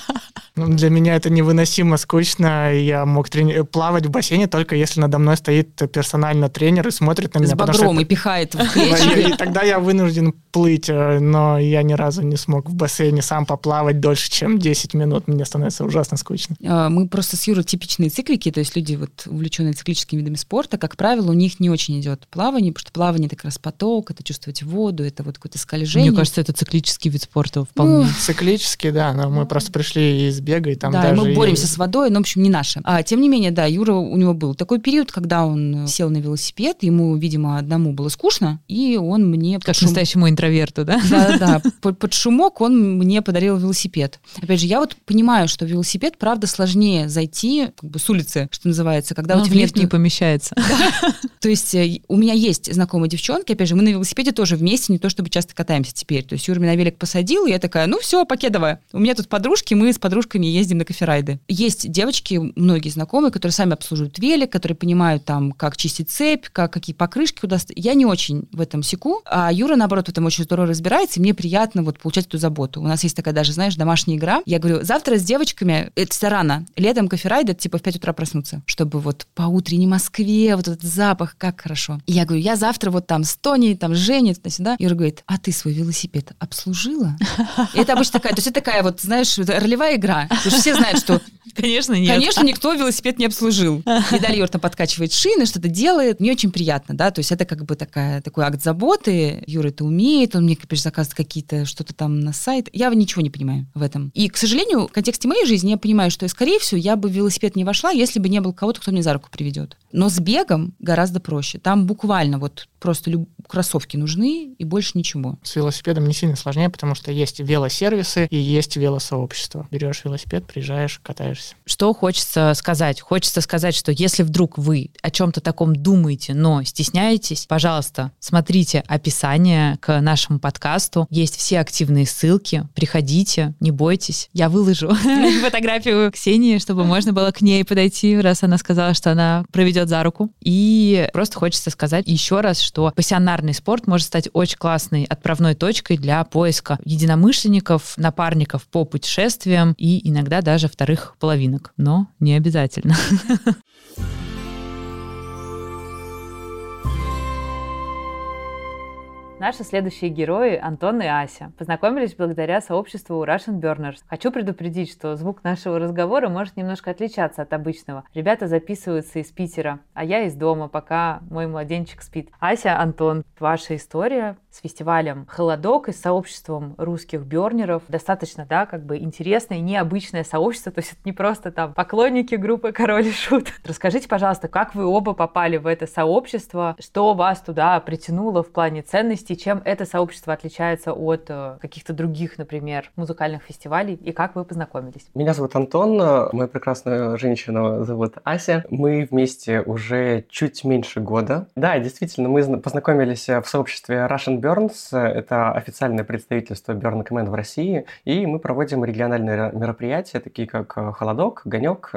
ну, для меня это невыносимо скучно. Я мог трени- плавать в бассейне только если надо мной стоит персонально тренер и смотрит на меня. С багром и пихает в плечи. И тогда я вынужден плыть, но я ни разу не смог в бассейне сам поплавать дольше, чем десять минут. Мне становится ужасно скучно. Мы просто с Юрой типичные циклики, то есть люди, вот, увлеченные циклическими видами спорта, как правило, у них не очень идет плавание, потому что плавание — это как раз поток, это чувствовать воду, это вот какое-то скольжение. Мне кажется, это циклический вид спорта вполне. Ну, циклически, да, но мы просто пришли из бега, и там да, даже... и мы боремся и... с водой, но, в общем, не наше. А, тем не менее, да, Юра, у него был такой период, когда он сел на велосипед, ему, видимо, одному было скучно, и он мне... Как шум... настоящему интроверту, да? Да-да-да. Под шумок он мне подарил велосипед. Опять же, я вот понимаю, что велосипед, правда, сложнее зайти как бы с улицы, что называется, когда он у тебя в лифт нет... не помещается. То есть у меня есть знакомые девчонки, опять же, мы на велосипеде тоже вместе, не то чтобы часто катаемся теперь. То есть Юра меня на велик посадил, и я такая, ну все, Покедова, у меня тут подружки, мы с подружками ездим на коферайды. Есть девочки, многие знакомые, которые сами обслуживают велик, которые понимают там, как чистить цепь, как, какие покрышки куда... Я не очень в этом секу, а Юра, наоборот, в этом очень здорово разбирается, и мне приятно вот получать эту заботу. У нас есть такая даже, знаешь, домашняя игра. Я говорю, завтра с девочками, это рано, летом коферайды, типа в пять утра проснуться, чтобы вот по утренней Москве, вот этот запах, как хорошо. И я говорю, я завтра вот там с Тоней, там с Женей, туда-сюда. Юра говорит, а ты свой велосипед обслужила? И это обычно такая, то есть это такая вот, знаешь, ролевая игра. Потому что все знают, что Конечно, нет. Конечно, никто велосипед не обслужил. И далее Юра там подкачивает шины, что-то делает. Мне очень приятно, да, то есть это как бы такая, такой акт заботы. Юра это умеет, он мне, конечно, заказывает какие-то, что-то там на сайт. Я ничего не понимаю в этом. И, к сожалению, в контексте моей жизни я понимаю, что, скорее всего, я бы в велосипед не вошла, если бы не был кого-то, кто мне за руку приведет. Но с бегом гораздо проще. Там буквально вот просто люб... кроссовки нужны и больше ничего. С велосипедом не сильно сложнее, потому что есть велосервисы и есть велосообщество. Берешь велосипед, приезжаешь, катаешься. Что хочется сказать? Хочется сказать, что если вдруг вы о чем-то таком думаете, но стесняетесь, пожалуйста, смотрите описание к нашему подкасту. Есть все активные ссылки. Приходите, не бойтесь. Я выложу фотографию Ксении, чтобы можно было к ней подойти, раз она сказала, что она проведет за руку. И просто хочется сказать еще раз, что пассионарный спорт может стать очень классной отправной точкой для поиска единомышленников, напарников по путешествиям и иногда даже вторых половинок, но не обязательно. Наши следующие герои — Антон и Ася. Познакомились благодаря сообществу Russian Burners. Хочу предупредить, что звук нашего разговора может немножко отличаться от обычного. Ребята записываются из Питера, а я из дома, пока мой младенчик спит. Ася, Антон, ваша история с фестивалем «Холодок» и с сообществом русских бёрнеров достаточно, да, как бы интересное, необычное сообщество, то есть это не просто там поклонники группы «Король и Шут». Расскажите, пожалуйста, как вы оба попали в это сообщество, что вас туда притянуло в плане ценностей, чем это сообщество отличается от э, каких-то других, например, музыкальных фестивалей, и как вы познакомились? Меня зовут Антон, мою прекрасную женщину зовут Ася. Мы вместе уже чуть меньше года. Да, действительно, мы познакомились в сообществе Russian Burns, это официальное представительство Burn Command в России, и мы проводим региональные мероприятия, такие как «Холодок», «Огонек»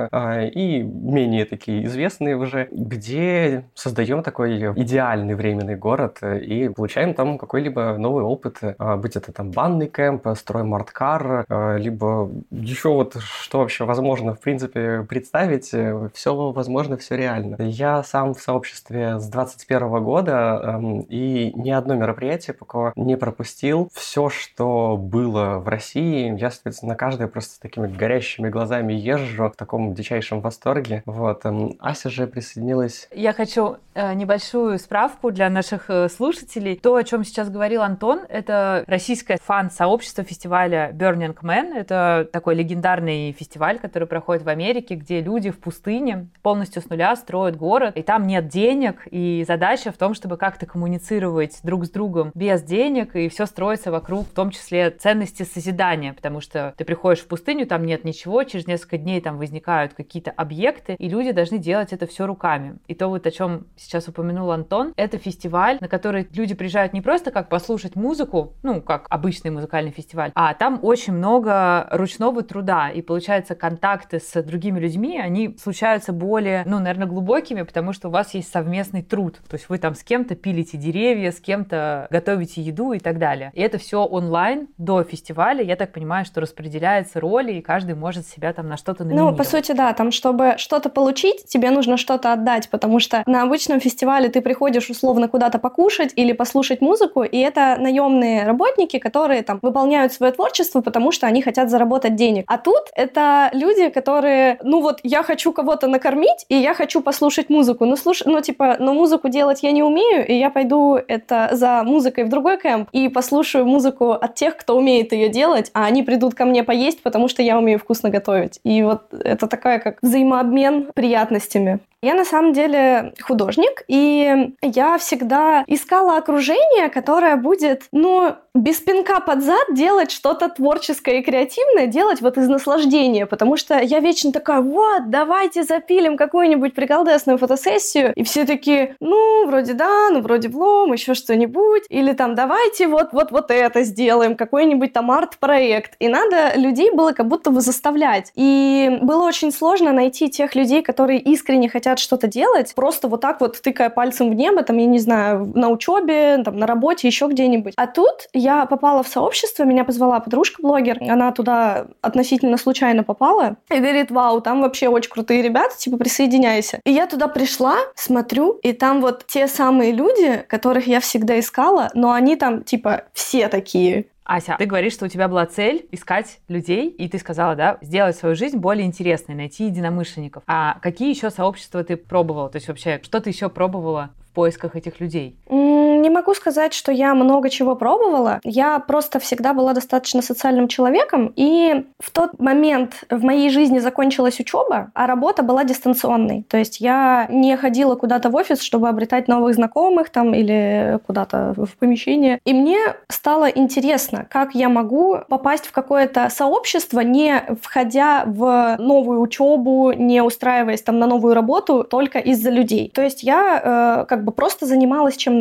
и менее такие известные уже, где создаем такой идеальный временный город и получаем там какой-либо новый опыт, будь это там банный кемп, строй-марткар, либо еще вот что вообще возможно в принципе представить, все возможно, все реально. Я сам в сообществе с двадцать первого года и ни одно мероприятие пока не пропустил. Все, что было в России, я, соответственно, на каждое просто с такими горящими глазами езжу в таком дичайшем восторге. Вот. Ася же присоединилась. Я хочу э, небольшую справку для наших э, слушателей. То, о чем сейчас говорил Антон, это российское фан-сообщество фестиваля Burning Man. Это такой легендарный фестиваль, который проходит в Америке, где люди в пустыне полностью с нуля строят город, и там нет денег, и задача в том, чтобы как-то коммуницировать друг с другом без денег, и все строится вокруг, в том числе, ценности созидания, потому что ты приходишь в пустыню, там нет ничего, через несколько дней там возникают какие-то объекты, и люди должны делать это все руками. И то, вот о чем сейчас упомянул Антон, это фестиваль, на который люди приезжают не просто как послушать музыку, ну, как обычный музыкальный фестиваль, а там очень много ручного труда, и, получается, контакты с другими людьми, они случаются более, ну, наверное, глубокими, потому что у вас есть совместный труд, то есть вы там с кем-то пилите деревья, с кем-то готовите еду и так далее. И это все онлайн до фестиваля, я так понимаю, что распределяется роли, и каждый может себя там на что-то номинировать. Ну, по сути, да, там, чтобы что-то получить, тебе нужно что-то отдать, потому что на обычном фестивале ты приходишь условно куда-то покушать или послушать музыку, и это наемные работники, которые там выполняют свое творчество, потому что они хотят заработать денег. А тут это люди, которые, ну вот, я хочу кого-то накормить, и я хочу послушать музыку. Ну, слуш... ну типа, но музыку делать я не умею, и я пойду это за музыкой в другой кемп и послушаю музыку от тех, кто умеет ее делать, а они придут ко мне поесть, потому что я умею вкусно готовить. И вот это такая как взаимообмен приятностями. Я на самом деле художник, и я всегда искала окружение, которое будет, ну, без пинка под зад делать что-то творческое и креативное, делать вот из наслаждения, потому что я вечно такая, вот, давайте запилим какую-нибудь приколдесную фотосессию, и все такие, ну, вроде да, ну, вроде влом, еще что-нибудь, или там, давайте вот-вот-вот это сделаем, какой-нибудь там арт-проект, и надо людей было как будто бы заставлять, и было очень сложно найти тех людей, которые искренне хотят что-то делать, просто вот так вот тыкая пальцем в небо, там, я не знаю, на учебе, там, на работе, еще где-нибудь. А тут я попала в сообщество, меня позвала подружка-блогер, она туда относительно случайно попала, и говорит, вау, там вообще очень крутые ребята, типа, присоединяйся. И я туда пришла, смотрю, и там вот те самые люди, которых я всегда искала, но они там, типа, все такие. Ася, ты говоришь, что у тебя была цель искать людей, и ты сказала, да, сделать свою жизнь более интересной, найти единомышленников. А какие еще сообщества ты пробовала? То есть вообще, что ты еще пробовала в поисках этих людей? Не могу сказать, что я много чего пробовала. Я просто всегда была достаточно социальным человеком, и в тот момент в моей жизни закончилась учеба, а работа была дистанционной. То есть я не ходила куда-то в офис, чтобы обретать новых знакомых там или куда-то в помещение. И мне стало интересно, как я могу попасть в какое-то сообщество, не входя в новую учебу, не устраиваясь там на новую работу только из-за людей. То есть я э, как бы просто занималась чем нравится,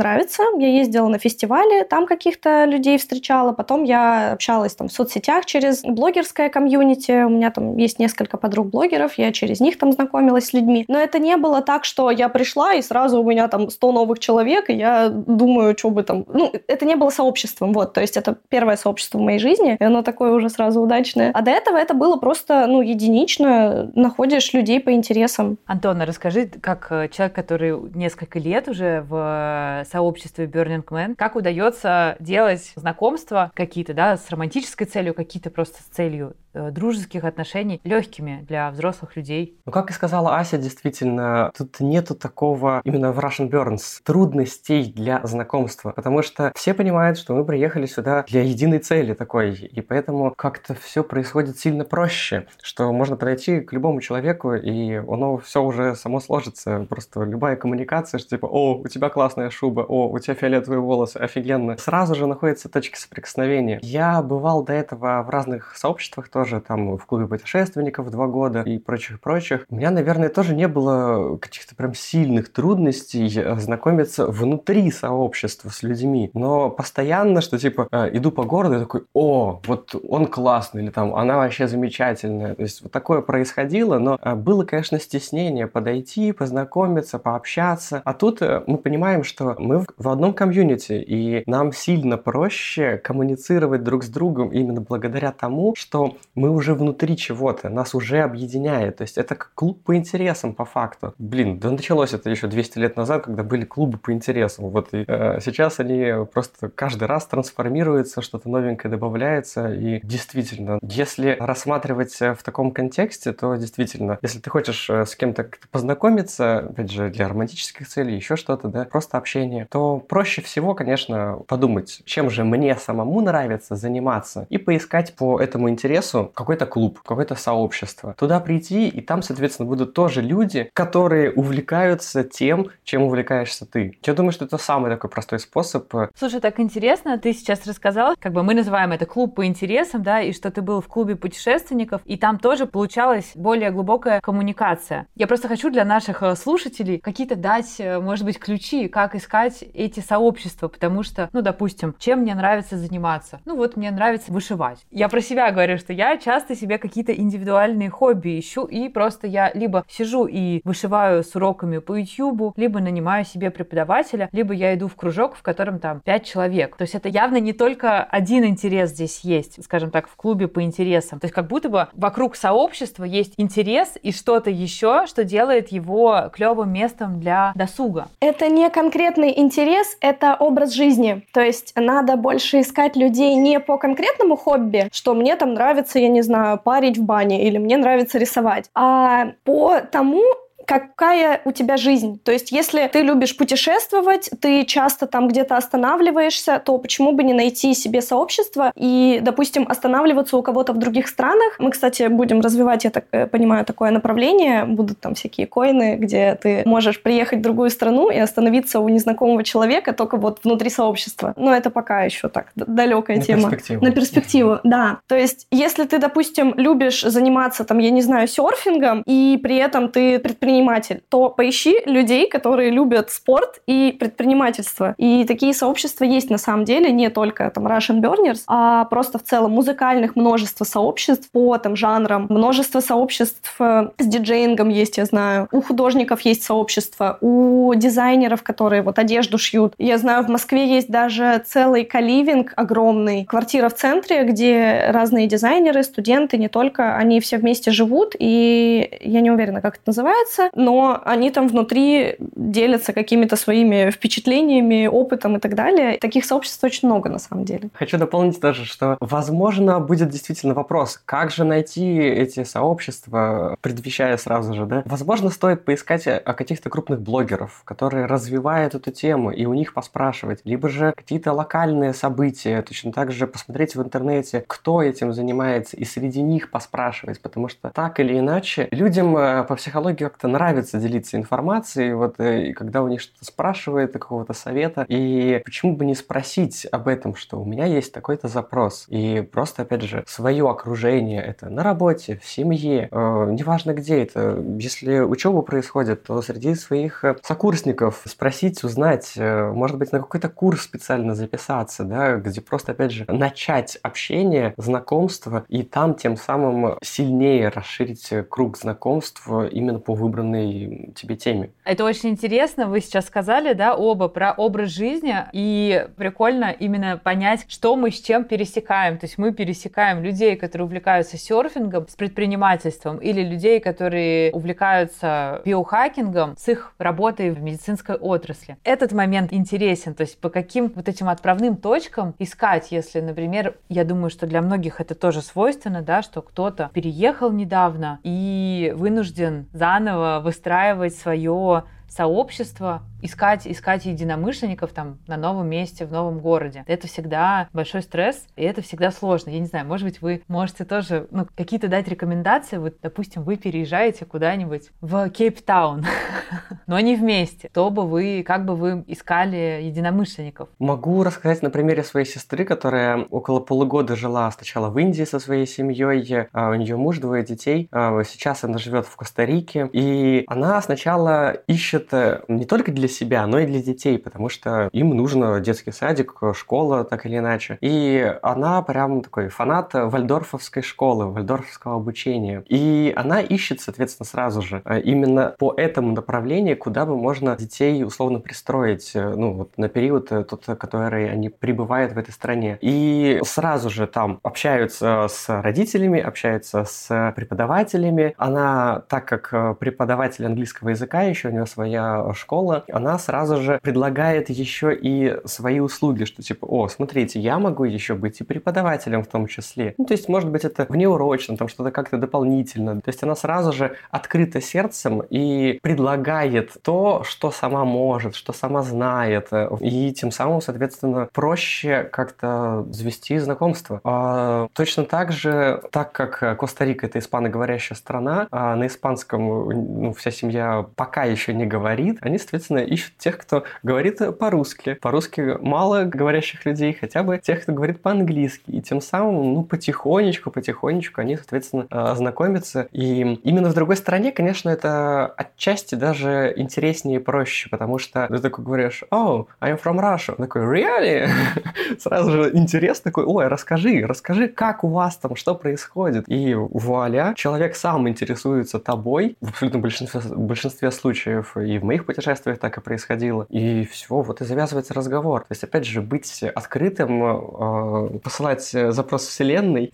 Я ездила на фестивали, там каких-то людей встречала. Потом я общалась там в соцсетях через блогерское комьюнити. У меня там есть несколько подруг-блогеров, я через них там знакомилась с людьми. Но это не было так, что я пришла, и сразу у меня там сто новых человек, и я думаю, что бы там... Ну, это не было сообществом, вот. То есть это первое сообщество в моей жизни, и оно такое уже сразу удачное. А до этого это было просто, ну, единично. Находишь людей по интересам. Антон, расскажи, как человек, который несколько лет уже в сообществе Burning Man, как удается делать знакомства какие-то, да, с романтической целью, какие-то просто с целью дружеских отношений легкими для взрослых людей? Ну, как и сказала Ася, действительно, тут нету такого именно в Russian Burns трудностей для знакомства, потому что все понимают, что мы приехали сюда для единой цели такой, и поэтому как-то все происходит сильно проще, что можно подойти к любому человеку, и оно все уже само сложится. Просто любая коммуникация, что типа, о, у тебя классная шуба, о, у тебя фиолетовые волосы, офигенно. Сразу же находится точка соприкосновения. Я бывал до этого в разных сообществах тоже, там в клубе путешественников два года и прочих-прочих. У меня, наверное, тоже не было каких-то прям сильных трудностей знакомиться внутри сообщества с людьми. Но постоянно, что типа, иду по городу и такой, о, вот он классный, или там, она вообще замечательная. То есть вот такое происходило, но было, конечно, стеснение подойти, познакомиться, пообщаться. А тут мы понимаем, что мы в одном комьюнити, и нам сильно проще коммуницировать друг с другом именно благодаря тому, что мы уже внутри чего-то, нас уже объединяет. То есть это как клуб по интересам по факту. Блин, да началось это еще двести лет назад, когда были клубы по интересам. Вот и э, сейчас они просто каждый раз трансформируются, что-то новенькое добавляется. И действительно, если рассматривать в таком контексте, то действительно, если ты хочешь с кем-то познакомиться, опять же, для романтических целей, еще что-то, да, просто общение, то проще всего, конечно, подумать, чем же мне самому нравится заниматься, и поискать по этому интересу какой-то клуб, какое-то сообщество. Туда прийти, и там, соответственно, будут тоже люди, которые увлекаются тем, чем увлекаешься ты. Я думаю, что это самый такой простой способ. Слушай, так интересно, ты сейчас рассказал, как бы мы называем это клуб по интересам, да, и что ты был в клубе путешественников, и там тоже получалась более глубокая коммуникация. Я просто хочу для наших слушателей какие-то дать, может быть, ключи, как искать эти сообщества, потому что, ну, допустим, чем мне нравится заниматься? Ну, вот мне нравится вышивать. Я про себя говорю, что я часто себе какие-то индивидуальные хобби ищу, и просто я либо сижу и вышиваю с уроками по ютубу, либо нанимаю себе преподавателя, либо я иду в кружок, в котором там пять человек. То есть это явно не только один интерес здесь есть, скажем так, в клубе по интересам. То есть как будто бы вокруг сообщества есть интерес и что-то еще, что делает его клевым местом для досуга. Это не конкретный интерес, это образ жизни. То есть надо больше искать людей не по конкретному хобби, что мне там нравится, я не знаю, парить в бане или мне нравится рисовать, а по тому, какая у тебя жизнь. То есть, если ты любишь путешествовать, ты часто там где-то останавливаешься, то почему бы не найти себе сообщество и, допустим, останавливаться у кого-то в других странах. Мы, кстати, будем развивать, я так понимаю, такое направление. Будут там всякие коины, где ты можешь приехать в другую страну и остановиться у незнакомого человека только вот внутри сообщества. Но это пока еще так далекая На тема. перспективу. На перспективу, да. То есть, если ты, допустим, любишь заниматься там, я не знаю, серфингом, и при этом ты предприниматель, то поищи людей, которые любят спорт и предпринимательство. И такие сообщества есть на самом деле, не только там Russian Burners, а просто в целом музыкальных множество сообществ по там жанрам, множество сообществ с диджеингом есть, я знаю. У художников есть сообщество, у дизайнеров, которые вот одежду шьют. Я знаю, в Москве есть даже целый коливинг огромный, квартира в центре, где разные дизайнеры, студенты, не только, они все вместе живут, и я не уверена, как это называется, но они там внутри делятся какими-то своими впечатлениями, опытом и так далее. Таких сообществ очень много, на самом деле. Хочу дополнить даже, что, возможно, будет действительно вопрос, как же найти эти сообщества, предвещая сразу же, да? Возможно, стоит поискать о каких-то крупных блогеров, которые развивают эту тему, и у них поспрашивать. Либо же какие-то локальные события, точно так же посмотреть в интернете, кто этим занимается, и среди них поспрашивать, потому что так или иначе людям по психологии как-то нравится делиться информацией, вот, и когда у них что-то спрашивают, какого-то совета, и почему бы не спросить об этом, что у меня есть такой-то запрос, и просто, опять же, свое окружение, это на работе, в семье, э, неважно где это, если учеба происходит, то среди своих сокурсников спросить, узнать, э, может быть, на какой-то курс специально записаться, да, где просто, опять же, начать общение, знакомство, и там тем самым сильнее расширить круг знакомств именно по выбранной тебе теме. Это очень интересно, вы сейчас сказали, да, оба про образ жизни, и прикольно именно понять, что мы с чем пересекаем. То есть мы пересекаем людей, которые увлекаются серфингом, с предпринимательством, или людей, которые увлекаются биохакингом, с их работой в медицинской отрасли. Этот момент интересен, то есть по каким вот этим отправным точкам искать, если, например, я думаю, что для многих это тоже свойственно, да, что кто-то переехал недавно и вынужден заново выстраивать свое сообщество, искать, искать единомышленников там на новом месте, в новом городе. Это всегда большой стресс, и это всегда сложно. Я не знаю, может быть, вы можете тоже ну, какие-то дать рекомендации. Вот, допустим, вы переезжаете куда-нибудь в Кейптаун, но не вместе. То бы вы, как бы вы искали единомышленников? Могу рассказать на примере своей сестры, которая около полугода жила сначала в Индии со своей семьей. У нее муж, двое детей. Сейчас она живет в Коста-Рике. И она сначала ищет не только для себя, но и для детей, потому что им нужно детский садик, школа, так или иначе. И она прям такой фанат вальдорфовской школы, вальдорфовского обучения. И она ищет, соответственно, сразу же именно по этому направлению, куда бы можно детей условно пристроить, ну, вот на период тот, который они пребывают в этой стране. И сразу же там общаются с родителями, общаются с преподавателями. Она, так как преподаватель английского языка, еще у нее своя школа, она сразу же предлагает еще и свои услуги, что типа, о, смотрите, я могу еще быть и преподавателем в том числе. Ну, то есть, может быть, это внеурочно, там что-то как-то дополнительно. То есть, она сразу же открыта сердцем и предлагает то, что сама может, что сама знает. И тем самым, соответственно, проще как-то завести знакомство. А, точно так же, так как Коста-Рика — это испаноговорящая страна, а на испанском ну, вся семья пока еще не говорит, они, соответственно, ищут тех, кто говорит по-русски. По-русски мало говорящих людей, хотя бы тех, кто говорит по-английски. И тем самым, ну, потихонечку, потихонечку они, соответственно, знакомятся. И именно в другой стране, конечно, это отчасти даже интереснее и проще, потому что ты такой говоришь, oh, I'm from Russia. Он такой, really? Сразу же интерес такой, ой, расскажи, расскажи, как у вас там, что происходит. И вуаля, человек сам интересуется тобой в абсолютном большинстве, большинстве случаев. И в моих путешествиях так и происходило. И все, вот и завязывается разговор. То есть, опять же, быть открытым, посылать запрос вселенной,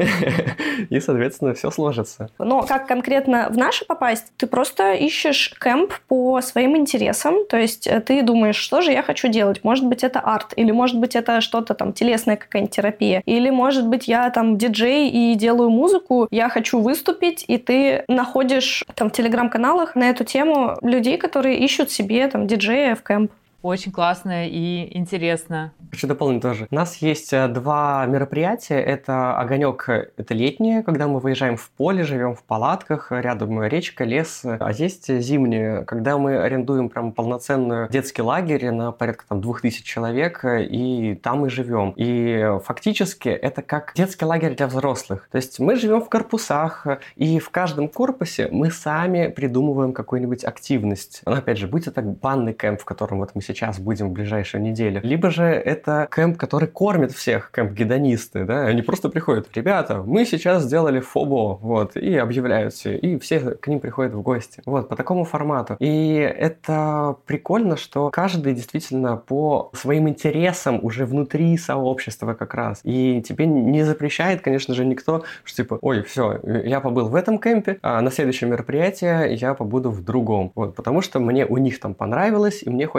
и, соответственно, все сложится. Но как конкретно в наши попасть? Ты просто ищешь кемп по своим интересам, то есть ты думаешь, что же я хочу делать? Может быть, это арт, или может быть, это что-то там, телесная какая-нибудь терапия, или может быть, я там диджей и делаю музыку, я хочу выступить, и ты находишь там в телеграм-каналах на эту тему людей, которые ищут себе там диджея в кемп. Очень классно и интересно. Хочу дополнить тоже. У нас есть два мероприятия. Это «Огонек» — это летнее, когда мы выезжаем в поле, живем в палатках, рядом речка, лес. А есть зимнее, когда мы арендуем прям полноценный детский лагерь на порядка там двух тысяч человек, и там мы живем. И фактически это как детский лагерь для взрослых. То есть мы живем в корпусах, и в каждом корпусе мы сами придумываем какую-нибудь активность. Но опять же, будь это банный кемп, в котором вот мы сейчас будем в ближайшую неделю, либо же это кемп, который кормит всех, кемп-гедонисты, да, они просто приходят, ребята, мы сейчас сделали фобо, вот, и объявляют все, и все к ним приходят в гости, вот, по такому формату. И это прикольно, что каждый действительно по своим интересам уже внутри сообщества как раз, и тебе не запрещает, конечно же, никто, что типа, ой, все, я побыл в этом кемпе, а на следующее мероприятие я побуду в другом, вот, потому что мне у них там понравилось, и мне хочется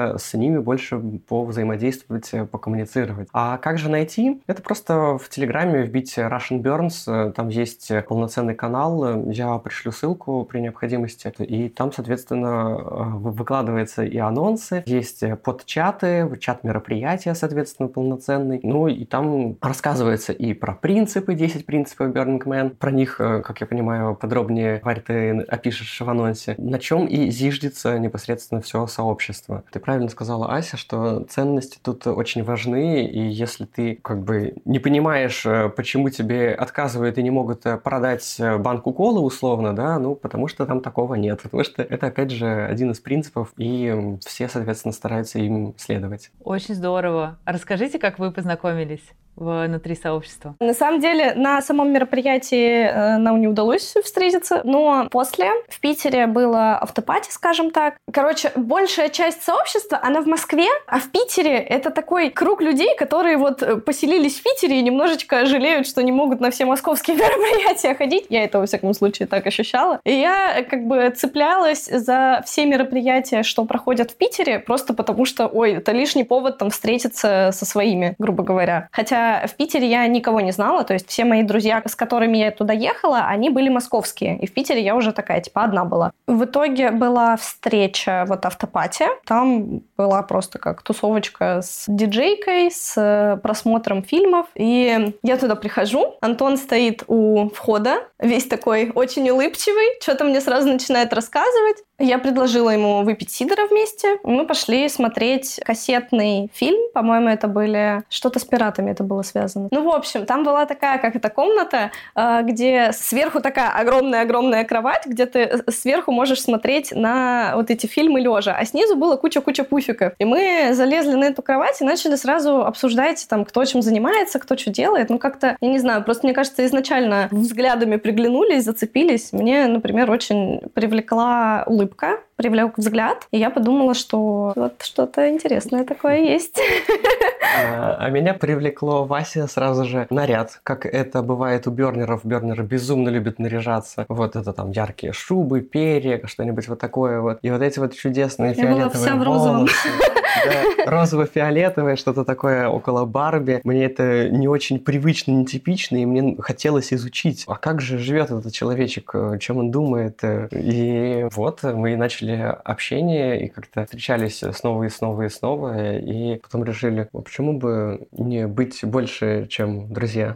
уже с ними больше повзаимодействовать, покоммуницировать. А как же найти? Это просто в Телеграме вбить Russian Burns, там есть полноценный канал, я пришлю ссылку при необходимости, и там, соответственно, выкладываются и анонсы, есть подчаты, чат мероприятия, соответственно, полноценный, ну и там рассказывается и про принципы, десять принципов Burning Man, про них, как я понимаю, подробнее, Варя, ты опишешь в анонсе, на чем и зиждется непосредственно все сообщество. Ты правильно сказала, Ася, что ценности тут очень важны, и если ты как бы не понимаешь, почему тебе отказывают и не могут продать банку колы условно, да, ну, потому что там такого нет, потому что это, опять же, один из принципов, и все, соответственно, стараются им следовать. Очень здорово. Расскажите, как вы познакомились внутри сообщества? На самом деле, на самом мероприятии э, нам не удалось встретиться, но после в Питере было автопати, скажем так. Короче, большая часть сообщества, она в Москве, а в Питере это такой круг людей, которые вот поселились в Питере и немножечко жалеют, что не могут на все московские мероприятия ходить. Я это, во всяком случае, так ощущала. И я как бы цеплялась за все мероприятия, что проходят в Питере, просто потому что, ой, это лишний повод там встретиться со своими, грубо говоря. Хотя в Питере я никого не знала, то есть все мои друзья, с которыми я туда ехала, они были московские, и в Питере я уже такая, типа, одна была. В итоге была встреча, вот, автопати, там была просто как тусовочка с диджейкой, с просмотром фильмов, и я туда прихожу, Антон стоит у входа, весь такой очень улыбчивый, что-то мне сразу начинает рассказывать. Я предложила ему выпить сидора вместе, мы пошли смотреть кассетный фильм, по-моему, это были... Что-то с пиратами это было связано. Ну, в общем, там была такая, как эта комната, где сверху такая огромная-огромная кровать, где ты сверху можешь смотреть на вот эти фильмы лежа, а снизу было куча-куча пуфиков. И мы залезли на эту кровать и начали сразу обсуждать, там, кто чем занимается, кто что делает. Ну, как-то, я не знаю, просто, мне кажется, изначально взглядами приглянулись, зацепились. Мне, например, очень привлекла улыбка, привлек взгляд, и я подумала, что вот что-то интересное такое есть. А, а меня привлекло, Вася, сразу же наряд, как это бывает у бернеров. Бернеры безумно любят наряжаться. Вот это там яркие шубы, перья, что-нибудь вот такое вот. И вот эти вот чудесные фиолетовые волосы. Да, розово-фиолетовое, что-то такое около Барби. Мне это не очень привычно, нетипично, и мне хотелось изучить. А как же живет этот человечек, чем он думает? И вот мы начали общение, и как-то встречались снова и снова и снова, и потом решили, почему бы не быть больше, чем друзья.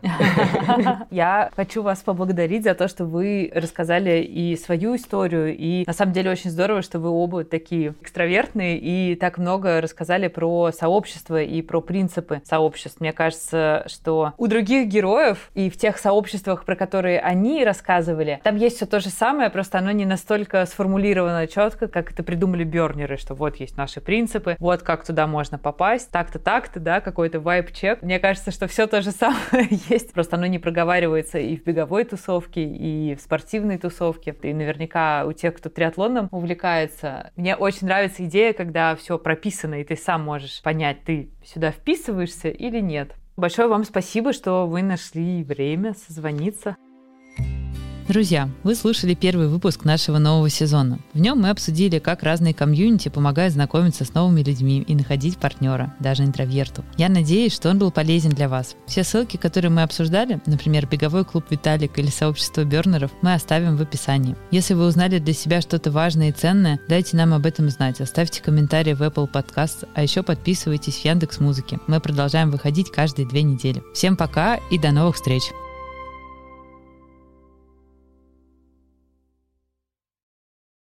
Я хочу вас поблагодарить за то, что вы рассказали и свою историю, и на самом деле очень здорово, что вы оба такие экстравертные и так много рассказали про сообщество и про принципы сообществ. Мне кажется, что у других героев и в тех сообществах, про которые они рассказывали, там есть все то же самое, просто оно не настолько сформулировано четко, как это придумали бернеры, что вот есть наши принципы, вот как туда можно попасть, так-то, так-то, да, какой-то вайб-чек. Мне кажется, что все то же самое есть, просто оно не проговаривается и в беговой тусовке, и в спортивной тусовке, и наверняка у тех, кто триатлоном увлекается. Мне очень нравится идея, когда все прописано, и ты сам можешь понять, ты сюда вписываешься или нет. Большое вам спасибо, что вы нашли время созвониться. Друзья, вы слушали первый выпуск нашего нового сезона. В нем мы обсудили, как разные комьюнити помогают знакомиться с новыми людьми и находить партнера, даже интроверту. Я надеюсь, что он был полезен для вас. Все ссылки, которые мы обсуждали, например, беговой клуб Виталик или сообщество бернеров, мы оставим в описании. Если вы узнали для себя что-то важное и ценное, дайте нам об этом знать, оставьте комментарий в Apple Podcasts, а еще подписывайтесь в Яндекс.Музыке. Мы продолжаем выходить каждые две недели. Всем пока и до новых встреч!